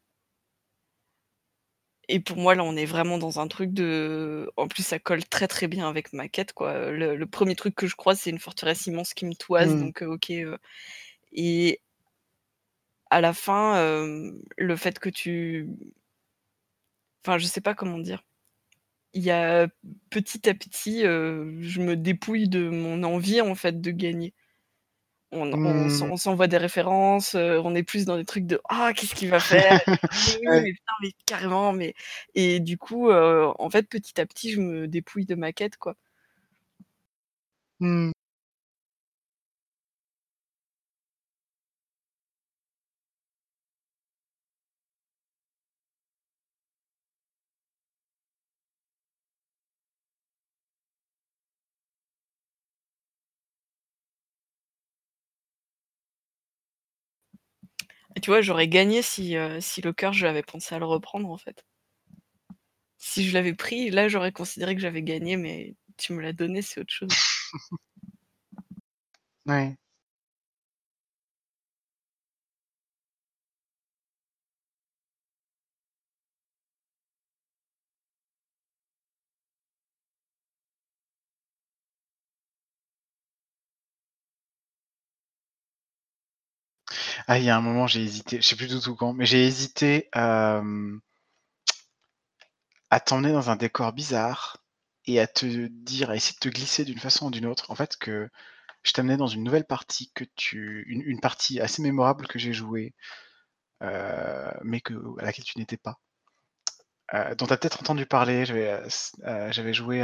et pour moi, là, on est vraiment dans un truc en plus, ça colle très, très bien avec ma quête, quoi. Le 1er truc que je croise, c'est une forteresse immense qui me toise, Mmh. donc OK, et à la fin, le fait que enfin, je sais pas comment dire. Il y a petit à petit, je me dépouille de mon envie, en fait, de gagner. Mmh. On s'envoie des références, on est plus dans des trucs de: «Ah, qu'est-ce qu'il va faire?» «Mais oui, Ouais. mais putain, mais carrément, mais» et du coup, en fait, petit à petit, je me dépouille de ma quête, quoi. Mmh. Et tu vois, j'aurais gagné si le cœur, j'avais pensé à le reprendre, en fait. Si je l'avais pris, là, j'aurais considéré que j'avais gagné, mais tu me l'as donné, c'est autre chose. Ouais. Ah, il y a un moment, j'ai hésité, je sais plus du tout quand, mais j'ai hésité, à t'emmener dans un décor bizarre et à essayer de te glisser d'une façon ou d'une autre. En fait, que je t'amenais dans une nouvelle partie une partie assez mémorable que j'ai jouée, mais à laquelle tu n'étais pas, dont tu as peut-être entendu parler. J'avais joué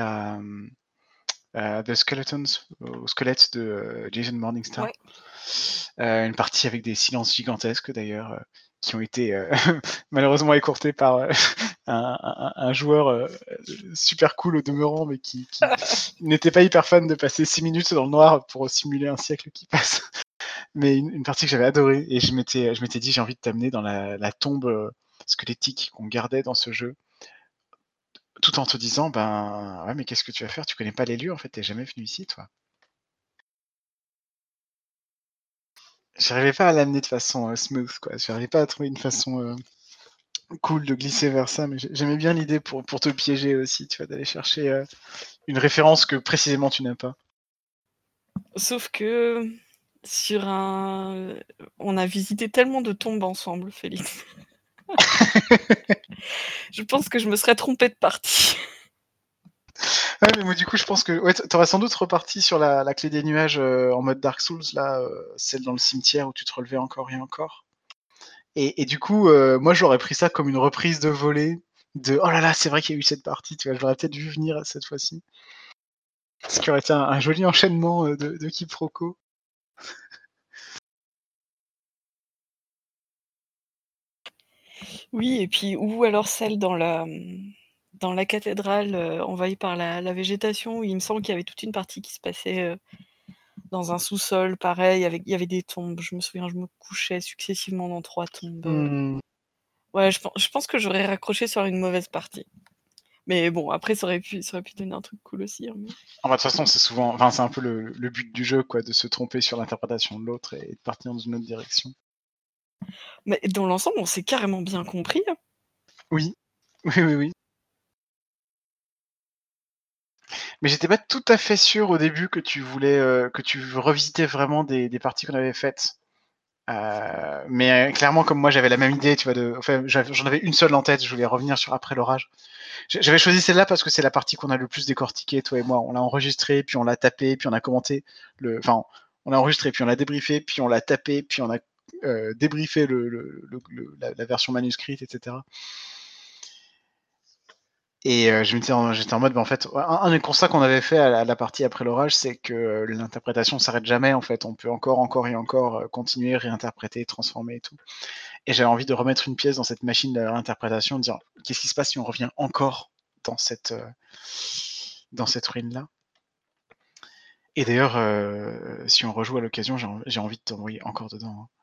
à The Skeletons, aux squelettes de, Jason Morningstar. Ouais. Une partie avec des silences gigantesques d'ailleurs, qui ont été, malheureusement écourtés par, un joueur, super cool au demeurant, mais qui n'était pas hyper fan de passer 6 minutes dans le noir pour simuler un siècle qui passe. Mais une partie que j'avais adorée, et je m'étais dit: «J'ai envie de t'amener dans la tombe, squelettique qu'on gardait dans ce jeu», tout en te disant: «Ben, ouais, mais qu'est-ce que tu vas faire? Tu connais pas les lieux, en fait, tu jamais venu ici, toi». J'arrivais pas à l'amener de façon, smooth, quoi. J'arrivais pas à trouver une façon, cool de glisser vers ça, mais j'aimais bien l'idée pour te piéger aussi, tu vois? D'aller chercher, une référence que précisément tu n'as pas. Sauf que sur un on a visité tellement de tombes ensemble, Félix. Je pense que je me serais trompée de partie. Ouais, mais moi, du coup, je pense que ouais, tu aurais sans doute reparti sur la clé des nuages, en mode Dark Souls là, celle dans le cimetière où tu te relevais encore et encore. Et du coup, moi, j'aurais pris ça comme une reprise de volée de: «Oh là là, c'est vrai qu'il y a eu cette partie», tu vois? Je l'aurais peut-être vu venir cette fois-ci. Ce qui aurait été un joli enchaînement, de quiproquos. Oui, et puis ou alors celle dans la cathédrale, envahie par la végétation, où il me semble qu'il y avait toute une partie qui se passait, dans un sous-sol pareil, avec il y avait des tombes. Je me souviens, je me couchais successivement dans 3 tombes, Mmh. ouais, je pense que j'aurais raccroché sur une mauvaise partie. Mais bon, après ça aurait pu donner un truc cool aussi, hein, mais Ah bah, de toute façon, c'est souvent enfin, c'est un peu le but du jeu, quoi, de se tromper sur l'interprétation de l'autre et de partir dans une autre direction. dans l'ensemble, on s'est carrément bien compris, hein. Oui. Oui, oui, oui. Mais j'étais pas tout à fait sûr au début que tu revisitais vraiment des parties qu'on avait faites. Mais clairement, comme moi, j'avais la même idée, tu vois, enfin, j'en avais une seule en tête, je voulais revenir sur Après l'orage. J'avais choisi celle-là parce que c'est la partie qu'on a le plus décortiquée, toi et moi. On l'a enregistrée, puis on l'a tapé, puis on a commenté enfin, on l'a enregistré, puis on l'a débriefé, puis on l'a tapé, puis on a, débriefé la version manuscrite, et cetera. Et j'étais en mode, bah, en fait, un des constats qu'on avait fait à la partie Après l'orage, c'est que, l'interprétation s'arrête jamais, en fait. On peut encore et encore, continuer, réinterpréter, transformer et tout. Et j'avais envie de remettre une pièce dans cette machine de réinterprétation, de dire: «Qu'est-ce qui se passe si on revient encore dans dans cette ruine-là?» Et d'ailleurs, si on rejoue à l'occasion, j'ai envie de t'envoyer encore dedans, hein.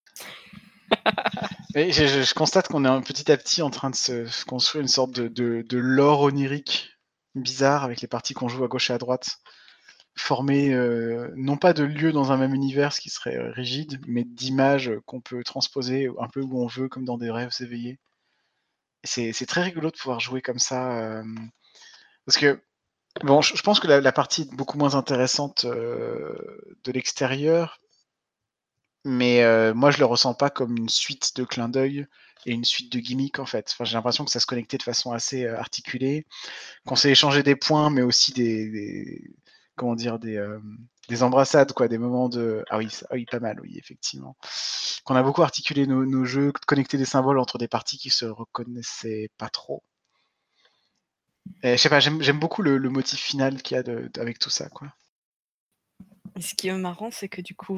Et je constate qu'on est petit à petit en train de se construire une sorte de lore onirique bizarre avec les parties qu'on joue à gauche et à droite, formées, non pas de lieux dans un même univers, ce qui serait, rigide, mais d'images, qu'on peut transposer un peu où on veut, comme dans des rêves éveillés. C'est très rigolo de pouvoir jouer comme ça, parce que bon, je pense que la partie est beaucoup moins intéressante, de l'extérieur, mais moi je le ressens pas comme une suite de clins d'œil et une suite de gimmicks, en fait. Enfin, j'ai l'impression que ça se connectait de façon assez, articulée, qu'on s'est échangé des points, mais aussi des comment dire? Des embrassades, quoi, des moments de ah oui, ça oui, pas mal, oui, effectivement. Qu'on a beaucoup articulé nos jeux, connecté des symboles entre des parties qui se reconnaissaient pas trop. Et je sais pas, j'aime beaucoup le motif final qu'il y a avec tout ça, quoi. Et ce qui est marrant, c'est que du coup,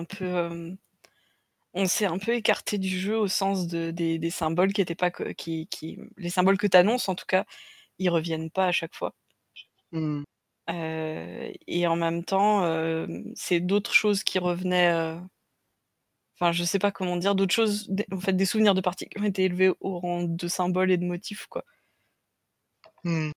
on s'est un peu écarté du jeu au sens des symboles qui étaient pas que qui les symboles que tu annonces en tout cas, ils reviennent pas à chaque fois. Mmh. Et en même temps, c'est d'autres choses qui revenaient, Enfin, je sais pas comment dire, d'autres choses, en fait, des souvenirs de parties qui ont été élevés au rang de symboles et de motifs, quoi. Mmh.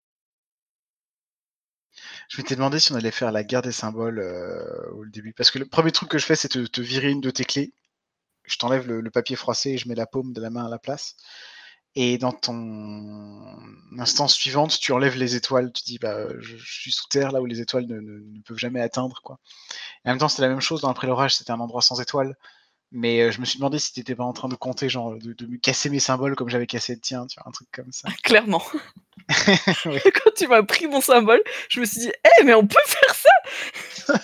Je m'étais demandé si on allait faire la guerre des symboles au début. Parce que le premier truc que je fais, c'est te virer une de tes clés. Je t'enlève le papier froissé et je mets la paume de la main à la place. Et dans ton instance suivante, tu enlèves les étoiles. Tu dis, bah, je suis sous terre, là où les étoiles ne peuvent jamais atteindre, quoi. Et en même temps, c'était la même chose dans Après l'orage, c'était un endroit sans étoiles. Mais je me suis demandé si t'étais pas en train de compter, genre, de me casser mes symboles comme j'avais cassé le tien, tu vois, un truc comme ça. Clairement. Oui. Quand tu m'as pris mon symbole, je me suis dit, hé, mais on peut faire ça.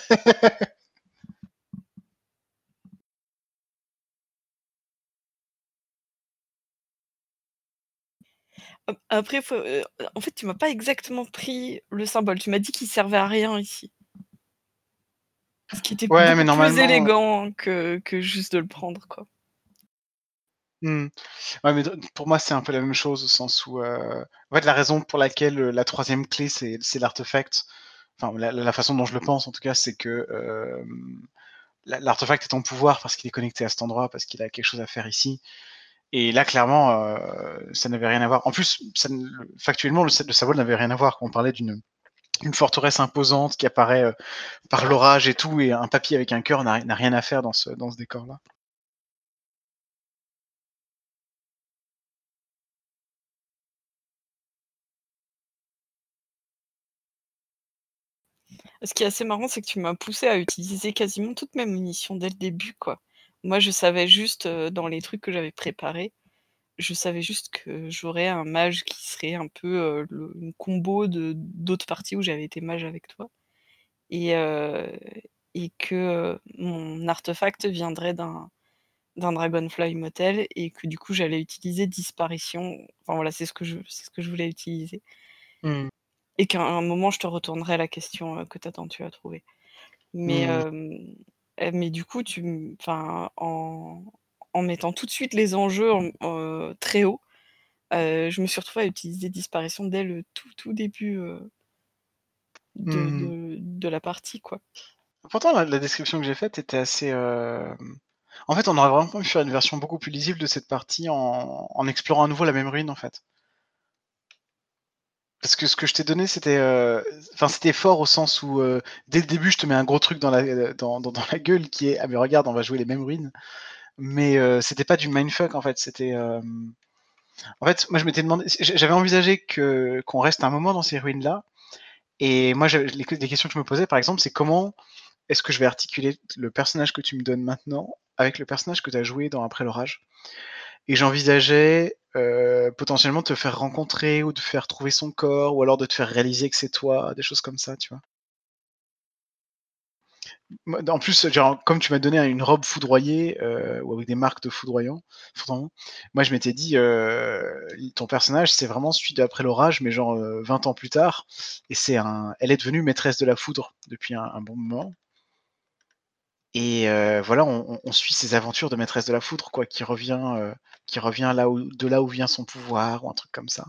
Après, en fait, tu m'as pas exactement pris le symbole. Tu m'as dit qu'il servait à rien ici. Ce qui était Ouais, mais beaucoup plus normalement. élégant que juste de le prendre, quoi. Mmh. Ouais, mais pour moi, c'est un peu la même chose au sens où, en fait, la raison pour laquelle, la 3e clé, c'est l'artefact, enfin, la façon dont je le pense, en tout cas, c'est que, l'artefact est en pouvoir parce qu'il est connecté à cet endroit, parce qu'il a quelque chose à faire ici. Et là, clairement, ça n'avait rien à voir. En plus, ça ne factuellement, le symbole n'avait rien à voir. On parlait d'une forteresse imposante qui apparaît, par l'orage et tout, et un papier avec un cœur n'a rien à faire dans ce décor-là. Ce qui est assez marrant, c'est que tu m'as poussé à utiliser quasiment toutes mes munitions dès le début, quoi. Moi, je savais juste, dans les trucs que j'avais préparés, je savais juste que j'aurais un mage qui serait un peu, une combo de d'autres parties où j'avais été mage avec toi et heu et que, mon artefact viendrait d'un Dragonfly Motel et que du coup, j'allais utiliser Disparition. Enfin voilà, c'est ce que je voulais utiliser Mmh. et qu'à un moment, je te retournerai la question, que tu as trouvée. Mais, Mmh. mais du coup, enfin, en mettant tout de suite les enjeux très haut, je me suis retrouvée à utiliser Disparition dès le tout début, Mmh. de la partie, quoi. Pourtant, la description que j'ai faite était assez, en fait, on aurait vraiment pu faire une version beaucoup plus lisible de cette partie en explorant à nouveau la même ruine, en fait. Parce que ce que je t'ai donné, c'était, enfin, c'était fort au sens où, dès le début, je te mets un gros truc dans dans la gueule qui est: «Ah mais regarde, on va jouer les mêmes ruines». Mais, c'était pas du mindfuck, en fait, c'était, en fait, moi, je m'étais demandé j'avais envisagé qu'on reste un moment dans ces ruines-là, et moi, je les questions que je me posais, par exemple, c'est comment est-ce que je vais articuler le personnage que tu me donnes maintenant avec le personnage que tu as joué dans Après l'orage? Et j'envisageais, potentiellement te faire rencontrer ou de faire trouver son corps ou alors de te faire réaliser que c'est toi, des choses comme ça, tu vois? Moi en plus, genre, comme tu m'as donné une robe foudroyée, ou avec des marques de foudroyant, moi je m'étais dit, ton personnage, c'est vraiment celui d'Après l'orage, mais genre, 20 ans plus tard, et elle est devenue maîtresse de la foudre depuis un bon moment. Et voilà, on suit ses aventures de maîtresse de la foudre, quoi, qui revient là où vient son pouvoir ou un truc comme ça.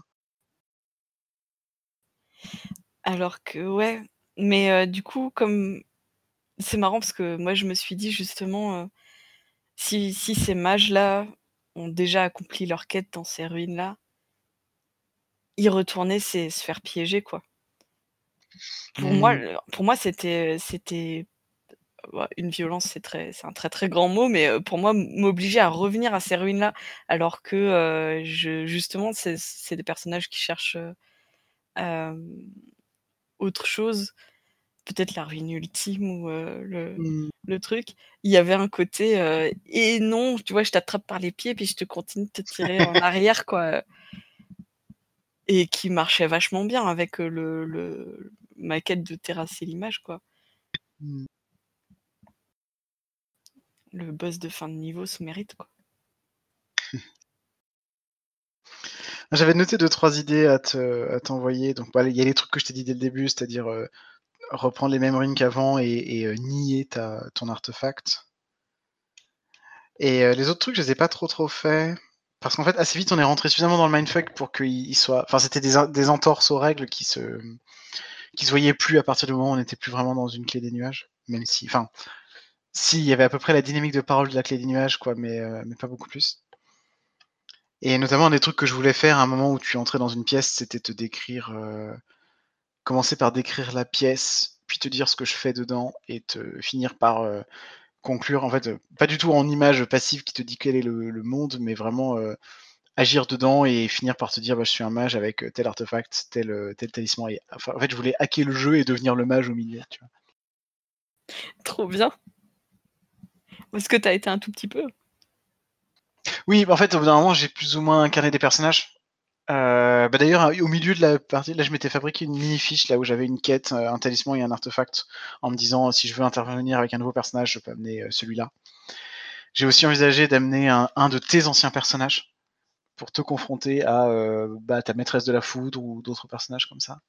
Alors que ouais, mais, du coup, comme c'est marrant parce que moi, je me suis dit justement, si ces mages-là ont déjà accompli leur quête dans ces ruines-là, y retourner, c'est se faire piéger, quoi. Mmh. Pour moi, c'était bah, une violence, c'est un très, très grand mot, mais, pour moi, m'obliger à revenir à ces ruines-là, alors que, je justement, c'est des personnages qui cherchent, hem, autre chose, peut-être la ruine ultime ou, Mmh. le truc. Il y avait un côté, «Et non!» tu vois? Je t'attrape par les pieds, puis je te continue de te tirer en arrière, quoi, et qui marchait vachement bien avec, ma quête de terrasser l'image, quoi. Mmh. Le boss de fin de niveau se mérite, quoi. J'avais noté deux-trois idées à t'envoyer, donc bah, il y a les trucs que je t'ai dit dès le début, c'est-à-dire, reprendre les mêmes runes qu'avant et nier ton artefact, et les autres trucs, je les ai pas trop faits parce qu'en fait, assez vite, on est rentré suffisamment dans le mindfuck pour qu'il soit, enfin, c'était des entorses aux règles qui se voyaient plus à partir du moment où on n'était plus vraiment dans une clé des nuages, même si, enfin, Si, il y avait à peu près la dynamique de parole de la clé des nuages, quoi, mais pas beaucoup plus. Et notamment, un des trucs que je voulais faire à un moment où tu entrais dans une pièce, c'était te décrire, commencer par décrire la pièce, puis te dire ce que je fais dedans et te finir par, conclure en fait, pas du tout en image passive qui te dit quel est le monde, mais vraiment, agir dedans et finir par te dire: «Bah, je suis un mage avec, tel artefact, tel talisman» et enfin, en fait, je voulais hacker le jeu et devenir le mage au milieu, tu vois? Trop bien. Est-ce que tu as été un tout petit peu? Oui, bah, en fait, au bout d'un moment, j'ai plus ou moins incarné des personnages. Bah, d'ailleurs, au milieu de la partie, là, je m'étais fabriqué une mini fiche, là, où j'avais une quête, un talisman et un artefact, en me disant: «Si je veux intervenir avec un nouveau personnage, je peux amener, celui-là». J'ai aussi envisagé d'amener un de tes anciens personnages pour te confronter à, bah, ta maîtresse de la foudre ou d'autres personnages comme ça.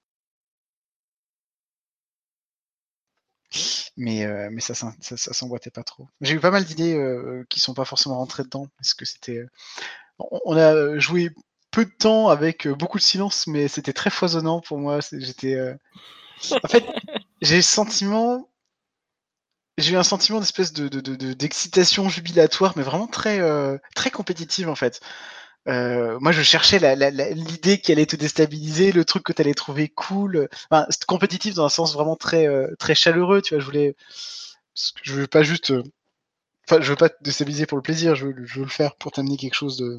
Mais ça s'emboîtait pas trop. J'ai eu pas mal d'idées, qui sont pas forcément rentrées dedans parce que c'était, on a, joué peu de temps avec, beaucoup de silence, mais c'était très foisonnant pour moi. J'étais, en fait, j'ai le sentiment j'ai eu un sentiment d'espèce d'excitation jubilatoire, mais vraiment très, très compétitive, en fait. Moi, je cherchais l'idée qui allait te déstabiliser, le truc que tu allais trouver cool, enfin, c'était compétitif dans un sens vraiment très, très chaleureux, tu vois? Je veux pas juste, enfin, je veux pas te déstabiliser pour le plaisir, je veux le faire pour t'amener quelque chose de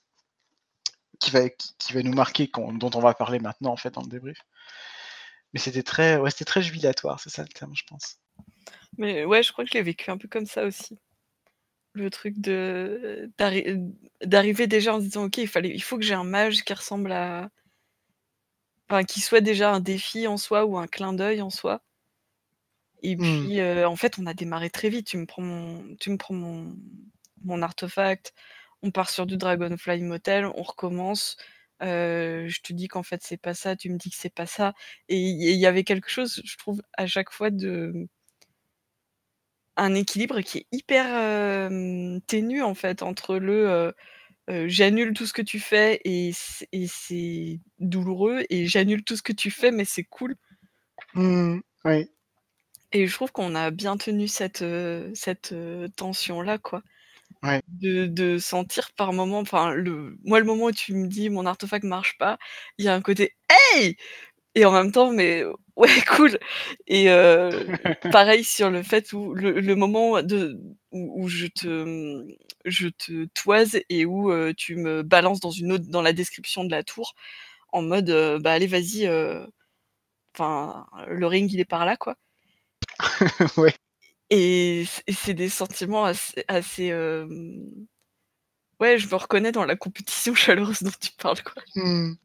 qui va nous marquer, dont on va parler maintenant, en fait, dans le débrief. Mais c'était très ouais, c'était très jubilatoire, c'est ça le terme, je pense. Mais ouais, je crois que je l'ai vécu un peu comme ça aussi. Le truc d'arriver déjà en se disant: «OK, il faut que j'ai un mage qui ressemble à enfin, qui soit déjà un défi en soi ou un clin d'œil en soi». Et Mmh. puis, en fait, on a démarré très vite. Tu me prends mon artefact, on part sur du Dragonfly Motel, on recommence. Je te dis qu'en fait, c'est pas ça, tu me dis que c'est pas ça et il y avait quelque chose, je trouve, à chaque fois de un équilibre qui est hyper, ténu, en fait, entre j'annule tout ce que tu fais et c'est douloureux et j'annule tout ce que tu fais, mais c'est cool Mmh. Oui, et je trouve qu'on a bien tenu cette tension-là, quoi. ouais. De sentir par moment enfin, le moment où tu me dis: «Mon artefact marche pas», il y a un côté: «Hey!» et en même temps, mais ouais, cool et pareil sur le fait où le moment où je te toise et où, tu me balances dans la description de la tour en mode, «Bah, allez vas-y, enfin, le ring il est par là, quoi» Ouais. et c'est des sentiments assez, ouais, je me reconnais dans la compétition chaleureuse dont tu parles, quoi. Mmh.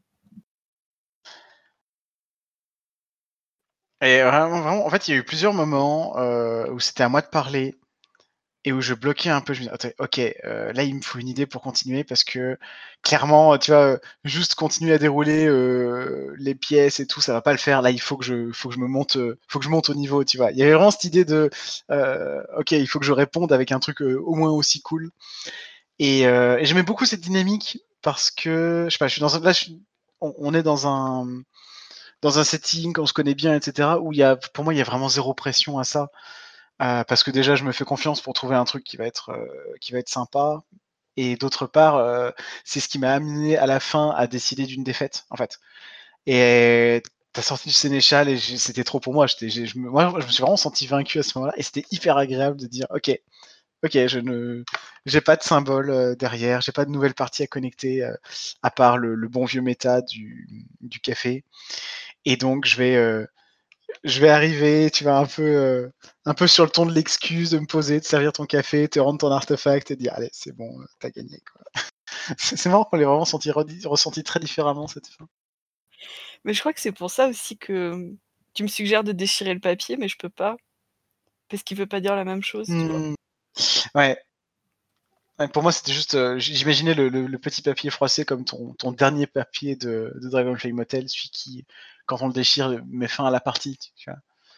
Et vraiment, en fait, il y a eu plusieurs moments, où c'était à moi de parler et où je bloquais un peu. Je me disais: «Attends, OK, là, il me faut une idée pour continuer» parce que clairement, tu vois, juste continuer à dérouler, les pièces et tout, ça va pas le faire. Là, il faut que je me monte, faut que je monte au niveau, tu vois? Il y avait vraiment cette idée de, OK, il faut que je réponde avec un truc, au moins aussi cool et j'aimais beaucoup cette dynamique parce que, je sais pas, je suis dans un là, je suis on est dans un setting, on se connaît bien et cetera, où pour moi, il y a vraiment zéro pression à ça. Parce que déjà, je me fais confiance pour trouver un truc qui va être sympa et d'autre part, c'est ce qui m'a amené à la fin à décider d'une défaite, en fait et tu sorti du sénéchal et c'était trop pour moi. J'étais j'ai je me suis vraiment senti vaincu à ce moment-là et c'était hyper agréable de dire: «OK, OK, je ne j'ai pas de symbole, derrière, j'ai pas de nouvelle partie à connecter, à part le bon vieux méta du café et donc je vais arriver, tu vas un peu sur le ton de l'excuse, de me poser, de servir ton café, te rendre ton artefact et dire: «Allez, c'est bon, tu gagné, quoi». C'est marrant qu'on l'ait vraiment ressenti très différemment cette fin. Mais je crois que c'est pour ça aussi que, tu me suggères de déchirer le papier, mais je peux pas, parce qu'il veut pas dire la même chose, tu vois? Mmh. Ouais, ouais, pour moi, c'était juste, j'imaginais le petit papier froissé comme ton dernier papier de Dragonflame Motel, celui qui, quand on le déchire, met fin à la partie, tu vois?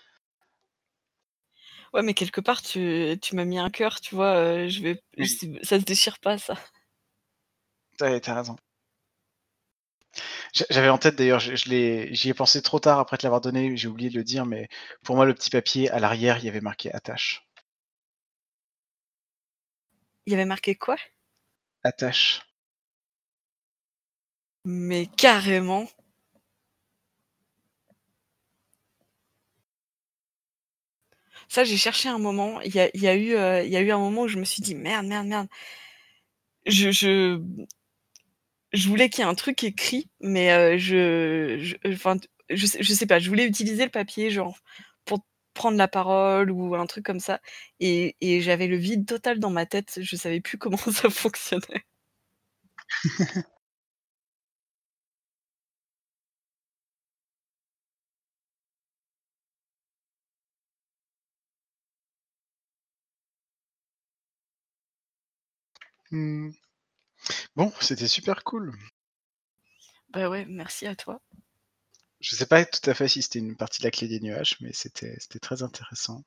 Ouais, mais quelque part tu m'as mis un cœur, tu vois? Oui, Ça se déchire pas ça. tu raison. J'avais en tête d'ailleurs, j'y ai pensé trop tard après te l'avoir donné, j'ai oublié de le dire, mais pour moi, le petit papier à l'arrière, il y avait marqué «attache». Il y avait marqué quoi? Attache. Mais carrément! Ça, j'ai cherché un moment, il y a eu un moment où je me suis dit: «Merde, merde, merde». Je je voulais qu'il y ait un truc écrit, mais enfin, je sais pas, je voulais utiliser le papier, genre, pour prendre la parole ou un truc comme ça et j'avais le vide total dans ma tête, je savais plus comment ça fonctionnait. Mmh. Bon, c'était super cool. Bah, ouais, merci à toi. Je sais pas tout à fait si c'était une partie de la clé des nuages, mais c'était très intéressant.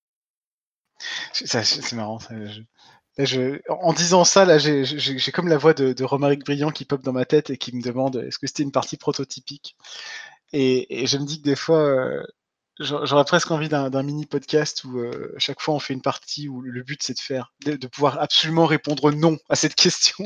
C'est marrant ça, là en disant ça, là, j'ai comme la voix de Romaric Briand qui pop dans ma tête et qui me demande: «Est-ce que c'était une partie prototypique?» Et je me dis que des fois, j'aurais presque envie d'un mini podcast où, chaque fois on fait une partie où le but c'est de pouvoir absolument répondre «non» à cette question.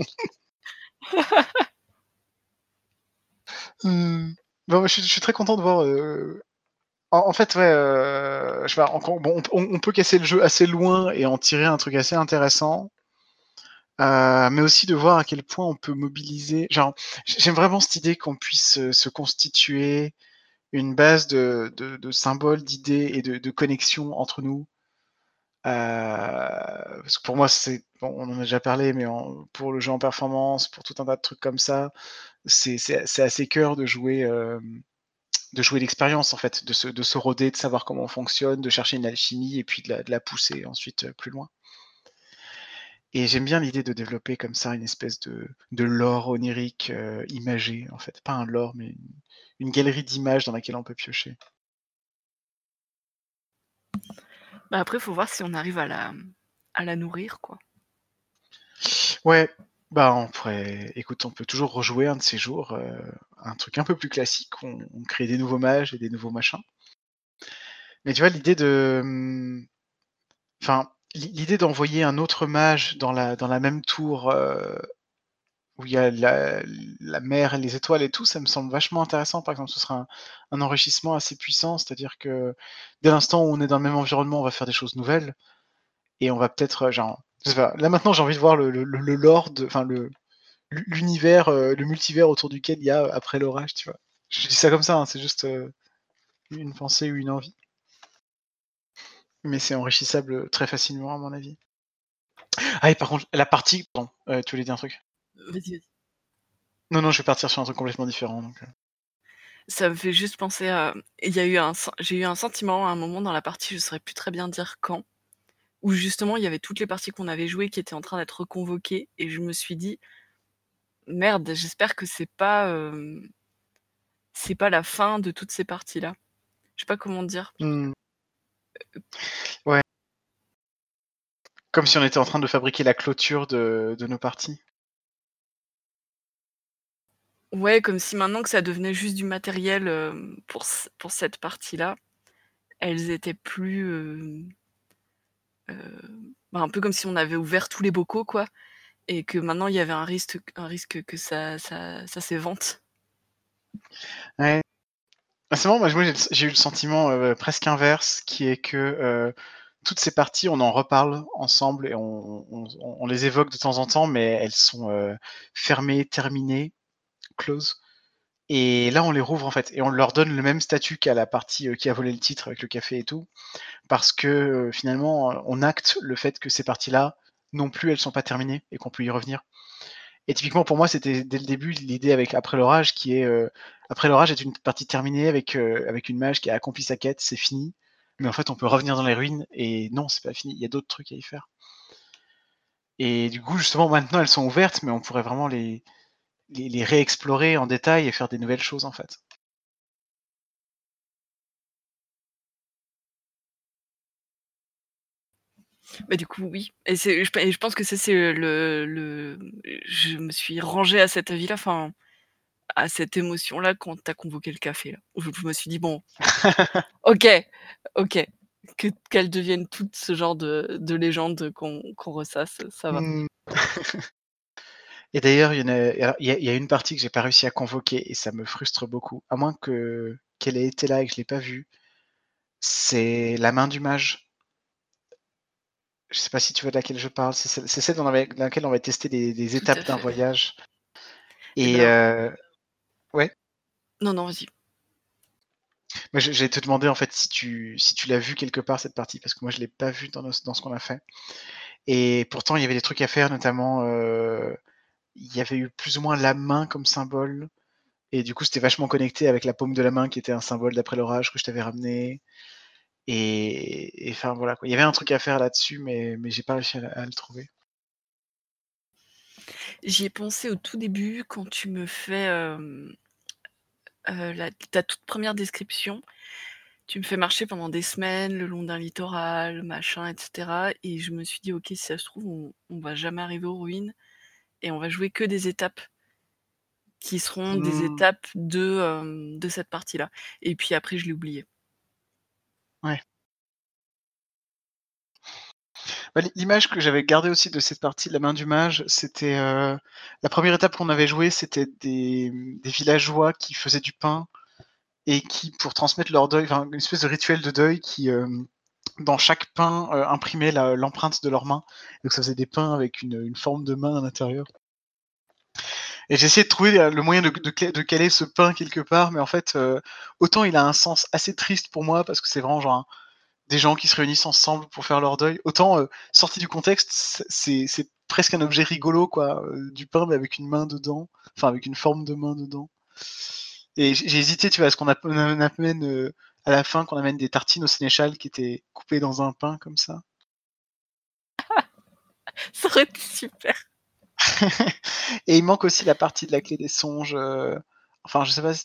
Mmh. Bon, je suis très content de voir, en fait, ouais, je sais pas, encore bon, on peut casser le jeu assez loin et en tirer un truc assez intéressant, mais aussi de voir à quel point on peut mobiliser genre, j'aime vraiment cette idée qu'on puisse, se constituer une base de symboles, d'idées et de connexions entre nous. Parce que pour moi, c'est bon, on en a déjà parlé, mais pour le jeu en performance, pour tout un tas de trucs comme ça, c'est assez cœur de jouer l'expérience en fait, de se roder, de savoir comment on fonctionne, de chercher une alchimie et puis de la pousser ensuite, plus loin. Et j'aime bien l'idée de développer comme ça une espèce de lore onirique, imagé en fait. Pas un lore, mais une galerie d'images dans laquelle on peut piocher. Bah, après, faut voir si on arrive à la nourrir, quoi. Ouais, bah, on peut toujours rejouer un de ces jours, un truc un peu plus classique, on crée des nouveaux mages et des nouveaux machins. Mais tu vois l'idée enfin, l'idée d'envoyer un autre mage dans la même tour, où il y a la mer et les étoiles et tout, ça me semble vachement intéressant. Par exemple, ce sera un enrichissement assez puissant, c'est-à-dire que dès l'instant où on est dans le même environnement, on va faire des choses nouvelles et on va peut-être, genre, je sais pas, là maintenant j'ai envie de voir le lore de enfin l'univers, le multivers autour duquel il y a après l'orage, tu vois? Je dis ça comme ça, hein, c'est juste, une pensée ou une envie, mais c'est enrichissable, très facilement à mon avis. Ah et par contre, la partie pardon, tu voulais dire un truc? Vas-y, vas-y. Non, non, je vais partir sur un truc complètement différent donc. Ça me fait juste penser à il y a eu un sen j'ai eu un sentiment à un moment dans la partie, je saurais plus très bien dire quand, où justement il y avait toutes les parties qu'on avait jouées qui étaient en train d'être reconvoquées et je me suis dit: «Merde, j'espère que c'est pas la fin de toutes ces parties-là». Je sais pas comment dire. Mmh. Ouais, comme si on était en train de fabriquer la clôture de nos parties. Ouais, comme si maintenant que ça devenait juste du matériel, pour cette partie-là, elles étaient plus, bah, un peu comme si on avait ouvert tous les bocaux, quoi et que maintenant il y avait un risque que ça s'évente. Ouais. Ah, c'est marrant, moi j'ai eu le sentiment, presque inverse, qui est que, toutes ces parties, on en reparle ensemble et on les évoque de temps en temps, mais elles sont, fermées, terminées, closes et là, on les rouvre, en fait et on leur donne le même statut qu'à la partie, qui a volé le titre avec le café et tout. Parce que, finalement, on acte le fait que ces parties-là, non plus, elles sont pas terminées et qu'on peut y revenir. Et typiquement pour moi, c'était dès le début l'idée avec Après l'orage qui est, Après l'orage est une partie terminée avec une mage qui a accompli sa quête, c'est fini. Mais en fait, on peut revenir dans les ruines et non, c'est pas fini, il y a d'autres trucs à y faire. Et du coup, justement, maintenant, elles sont ouvertes, mais on pourrait vraiment les réexplorer en détail et faire des nouvelles choses, en fait. Bah, du coup, oui et je pense que ça, c'est le je me suis rangée à cet avis-là, enfin, à cette émotion-là quand tu as convoqué le café, là. Où je me suis dit: «Bon, OK, OK». qu'elles deviennent toutes ce genre de légendes qu'on ressasse, ça va. Mmh. Et d'ailleurs, il y a une partie que j'ai pas réussi à convoquer et ça me frustre beaucoup, à moins qu'elle ait été là et que je l'ai pas vue, c'est la main du mage. Je sais pas si tu vois de laquelle je parle? C'est celle dans laquelle on va tester des Tout à étapes d'un fait. voyage Et et ben ouais? non, non, vas-y. Moi, j'allais te demander, en fait, si tu l'as vue quelque part cette partie, parce que moi je l'ai pas vue dans ce qu'on a fait et pourtant il y avait des trucs à faire, notamment, il y avait eu plus ou moins la main comme symbole et du coup, c'était vachement connecté avec la paume de la main qui était un symbole d'après l'orage que je t'avais ramené et enfin voilà quoi. Il y avait un truc à faire là-dessus, mais j'ai pas réussi à le trouver. J'y ai pensé au tout début quand tu me fais, la ta toute première description. Tu me fais marcher pendant des semaines le long d'un littoral, machin et cetera et je me suis dit: «OK, si ça se trouve, on va jamais arriver aux ruines et on va jouer que des étapes qui seront des Mmh, étapes de cette partie-là» et puis après je l'ai oublié. ouais. Bah, l'image que j'avais gardée aussi de cette partie de la main du mage, c'était, la première étape qu'on avait jouée, c'était des villageois qui faisaient du pain et qui, pour transmettre leur deuil, enfin une espèce de rituel de deuil qui, dans chaque pain, imprimait l'empreinte de leur main. Donc ça faisait des pains avec une forme de main à l'intérieur. Et j'ai essayé de trouver, le moyen de caler ce pain quelque part, mais en fait, autant il a un sens assez triste pour moi parce que c'est vraiment genre des gens qui se réunissent ensemble pour faire leur deuil, autant, sorti du contexte, c'est presque un objet rigolo quoi, du pain mais avec une main dedans, enfin avec une forme de main dedans. Et j'ai hésité, tu vois, à ce on amène, à la fin, qu'on amène des tartines au sénéchal qui étaient coupées dans un pain comme ça. Ça aurait été super. Et il manque aussi la partie de la clé des songes, enfin je sais pas,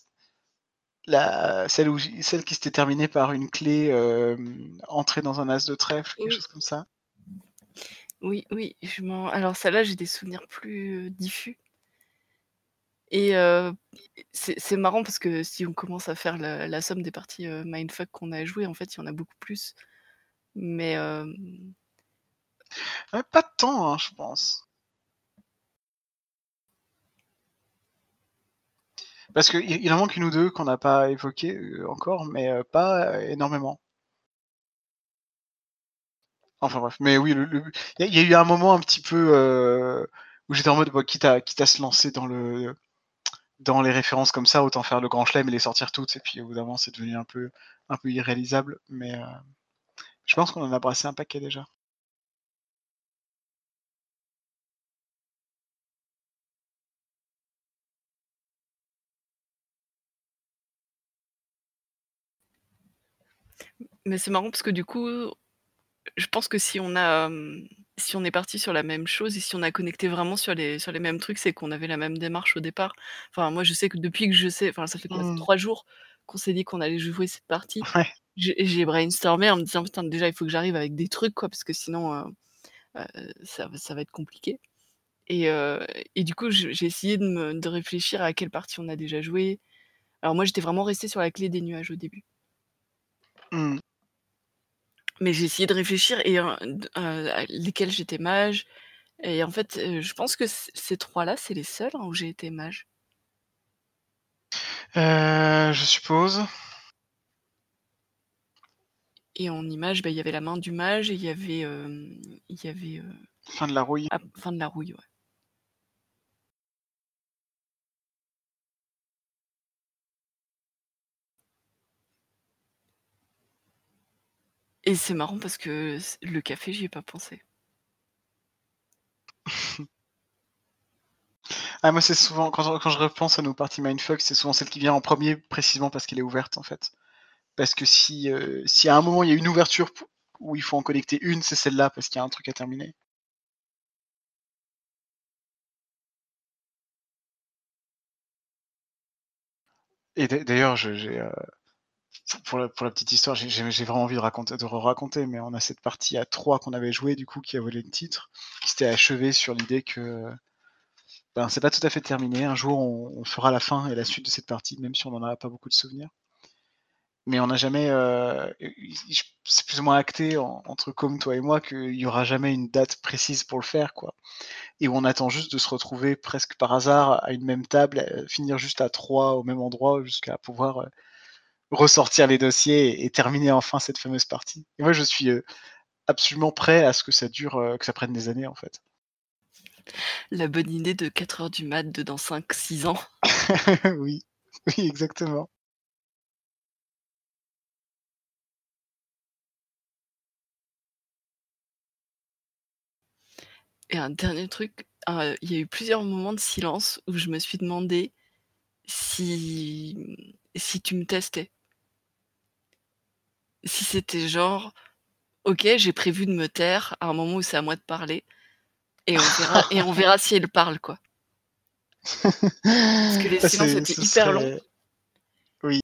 celle qui s'était terminée par une clé, entrée dans un as de trèfle, quelque Oui, chose comme ça. oui, oui, alors celle-là, j'ai des souvenirs plus, diffus et c'est marrant parce que si on commence à faire la somme des parties, mindfuck qu'on a jouées, en fait, il y en a beaucoup plus. Mais Pas tant, hein, je pense. Parce qu'il en manque une ou 2 qu'on n'a pas évoquées, encore, mais pas énormément. Enfin bref, mais oui, il y a eu un moment un petit peu, où j'étais en mode, bah, quitte à se lancer dans les références comme ça, autant faire le grand chelem et les sortir toutes et puis au bout d'un moment, c'est devenu un peu irréalisable, mais je pense qu'on en a brassé un paquet déjà. mais c'est marrant parce que du coup, je pense que si on est partis sur la même chose et si on a connecté vraiment sur les mêmes trucs, c'est qu'on avait la même démarche au départ. Enfin, moi, je sais que depuis que je sais enfin, ça fait quoi? Ça fait Mmh. 3 jours qu'on s'est dit qu'on allait jouer cette partie. Ouais. J'ai brainstormé en me disant: «Putain, déjà, il faut que j'arrive avec des trucs, quoi, parce que sinon, ça va être compliqué» et heu et du coup, j'ai essayé de réfléchir à quelle partie on a déjà joué. Alors moi, j'étais vraiment restée sur la clé des nuages au début. Mmh. Mais j'ai essayé de réfléchir et à lesquels j'étais mage et en fait, je pense que ces 3 là, c'est les seuls, hein, où j'ai été mage Je suppose. et en image, bah, il y avait la main du mage et il y avait, Fin de la rouille. fin de la rouille, ouais et c'est marrant parce que le café, j'y ai pas pensé. Ah moi, c'est souvent quand je repense à nos parties mindfuck, c'est souvent celle qui vient en premier, précisément parce qu'elle est ouverte, en fait. Parce que si à un moment il y a une ouverture où il faut en connecter une, c'est celle-là parce qu'il y a un truc à terminer. Et d'ailleurs, j'ai, pour la petite histoire, j'ai vraiment envie de re-raconter, mais on a cette partie à 3 qu'on avait jouée du coup qui a volé le titre, qui s'était achevée sur l'idée que, ben, c'est pas tout à fait terminé. Un jour, on fera la fin et la suite de cette partie, même si on en a pas beaucoup de souvenirs. Mais on n'a jamais, c'est plus ou moins acté entre Com, toi et moi, qu'il y aura jamais une date précise pour le faire, quoi. Et où on attend juste de se retrouver presque par hasard à une même table, finir juste à 3 au même endroit jusqu'à pouvoir, ressortir les dossiers et terminer enfin cette fameuse partie. Et moi, je suis, absolument prêt à ce que ça dure, que ça prenne des années, en fait. La bonne idée de 4 heures du mat de dans 5-6 ans. Oui, oui, exactement. Et un dernier truc, il y a eu plusieurs moments de silence où je me suis demandé si tu me testais. Si c'était genre: «OK, j'ai prévu de me taire à un moment où c'est à moi de parler et on verra si elle parle, quoi». Parce que les Bah, silences c'est étaient ce hyper longs serait oui.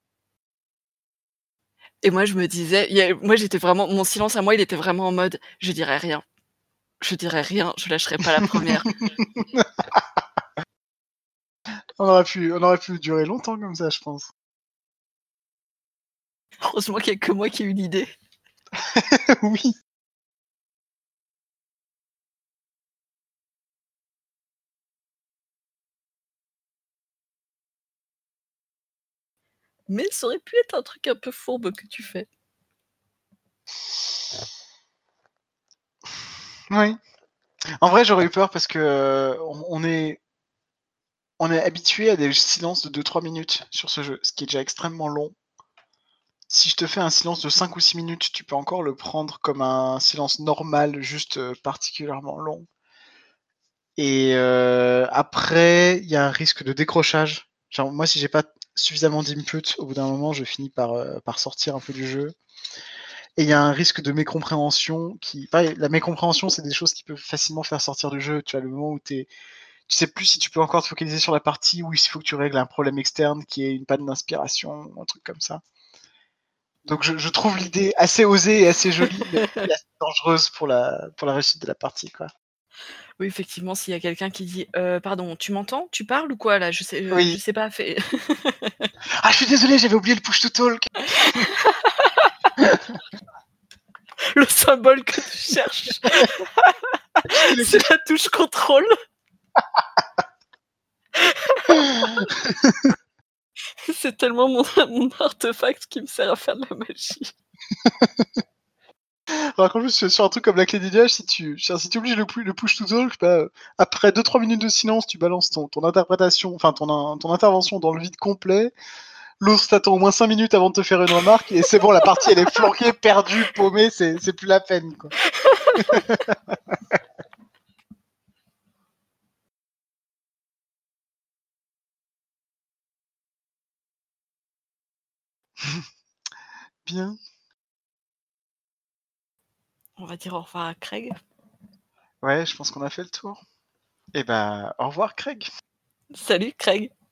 et moi je me disais moi j'étais vraiment mon silence à moi, il était vraiment en mode: «Je dirai rien, je dirai rien, je lâcherai pas la première». On aurait pu durer longtemps comme ça, je pense. Heureusement qu'il y a que moi qui ai eu l'idée. Oui. Mais ça aurait pu être un truc un peu fourbe que tu fais. Oui. En vrai, j'aurais eu peur parce que, on est habitué à des silences de 2-3 minutes sur ce jeu, ce qui est déjà extrêmement long. Si je te fais un silence de 5 ou 6 minutes, tu peux encore le prendre comme un silence normal, juste, particulièrement long. Et après, il y a un risque de décrochage. Genre moi, si j'ai pas suffisamment d'input, au bout d'un moment, je finis par sortir un peu du jeu. Et il y a un risque de mécompréhension qui pareil, la mécompréhension, c'est des choses qui peuvent facilement faire sortir du jeu. Tu as le moment où tu sais plus si tu peux encore te focaliser sur la partie ou s'il faut que tu règles un problème externe qui est une panne d'inspiration ou un truc comme ça. Donc je trouve l'idée assez osée et assez jolie, mais aussi assez dangereuse pour la réussite de la partie, quoi. Oui, effectivement, s'il y a quelqu'un qui dit: Pardon, tu m'entends? Tu parles ou quoi là? Je Oui. sais pas, fais» «Ah, je suis désolé, j'avais oublié le push to talk!» le symbole que tu cherches, c'est la touche contrôle. C'est tellement mon artefact qui me sert à faire de la magie. Par contre, sur un truc comme la clé des nuages, si tu obliges le push to talk, bah, après 2-3 minutes de silence, tu balances ton interprétation, enfin ton intervention dans le vide complet. L'autre t'attend au moins 5 minutes avant de te faire une remarque, et c'est bon, la partie elle est flanquée, perdue, paumée, c'est plus la peine, quoi. Bien. On va dire au revoir à Craig. Ouais, je pense qu'on a fait le tour. Et bah, au revoir, Craig. Salut Craig.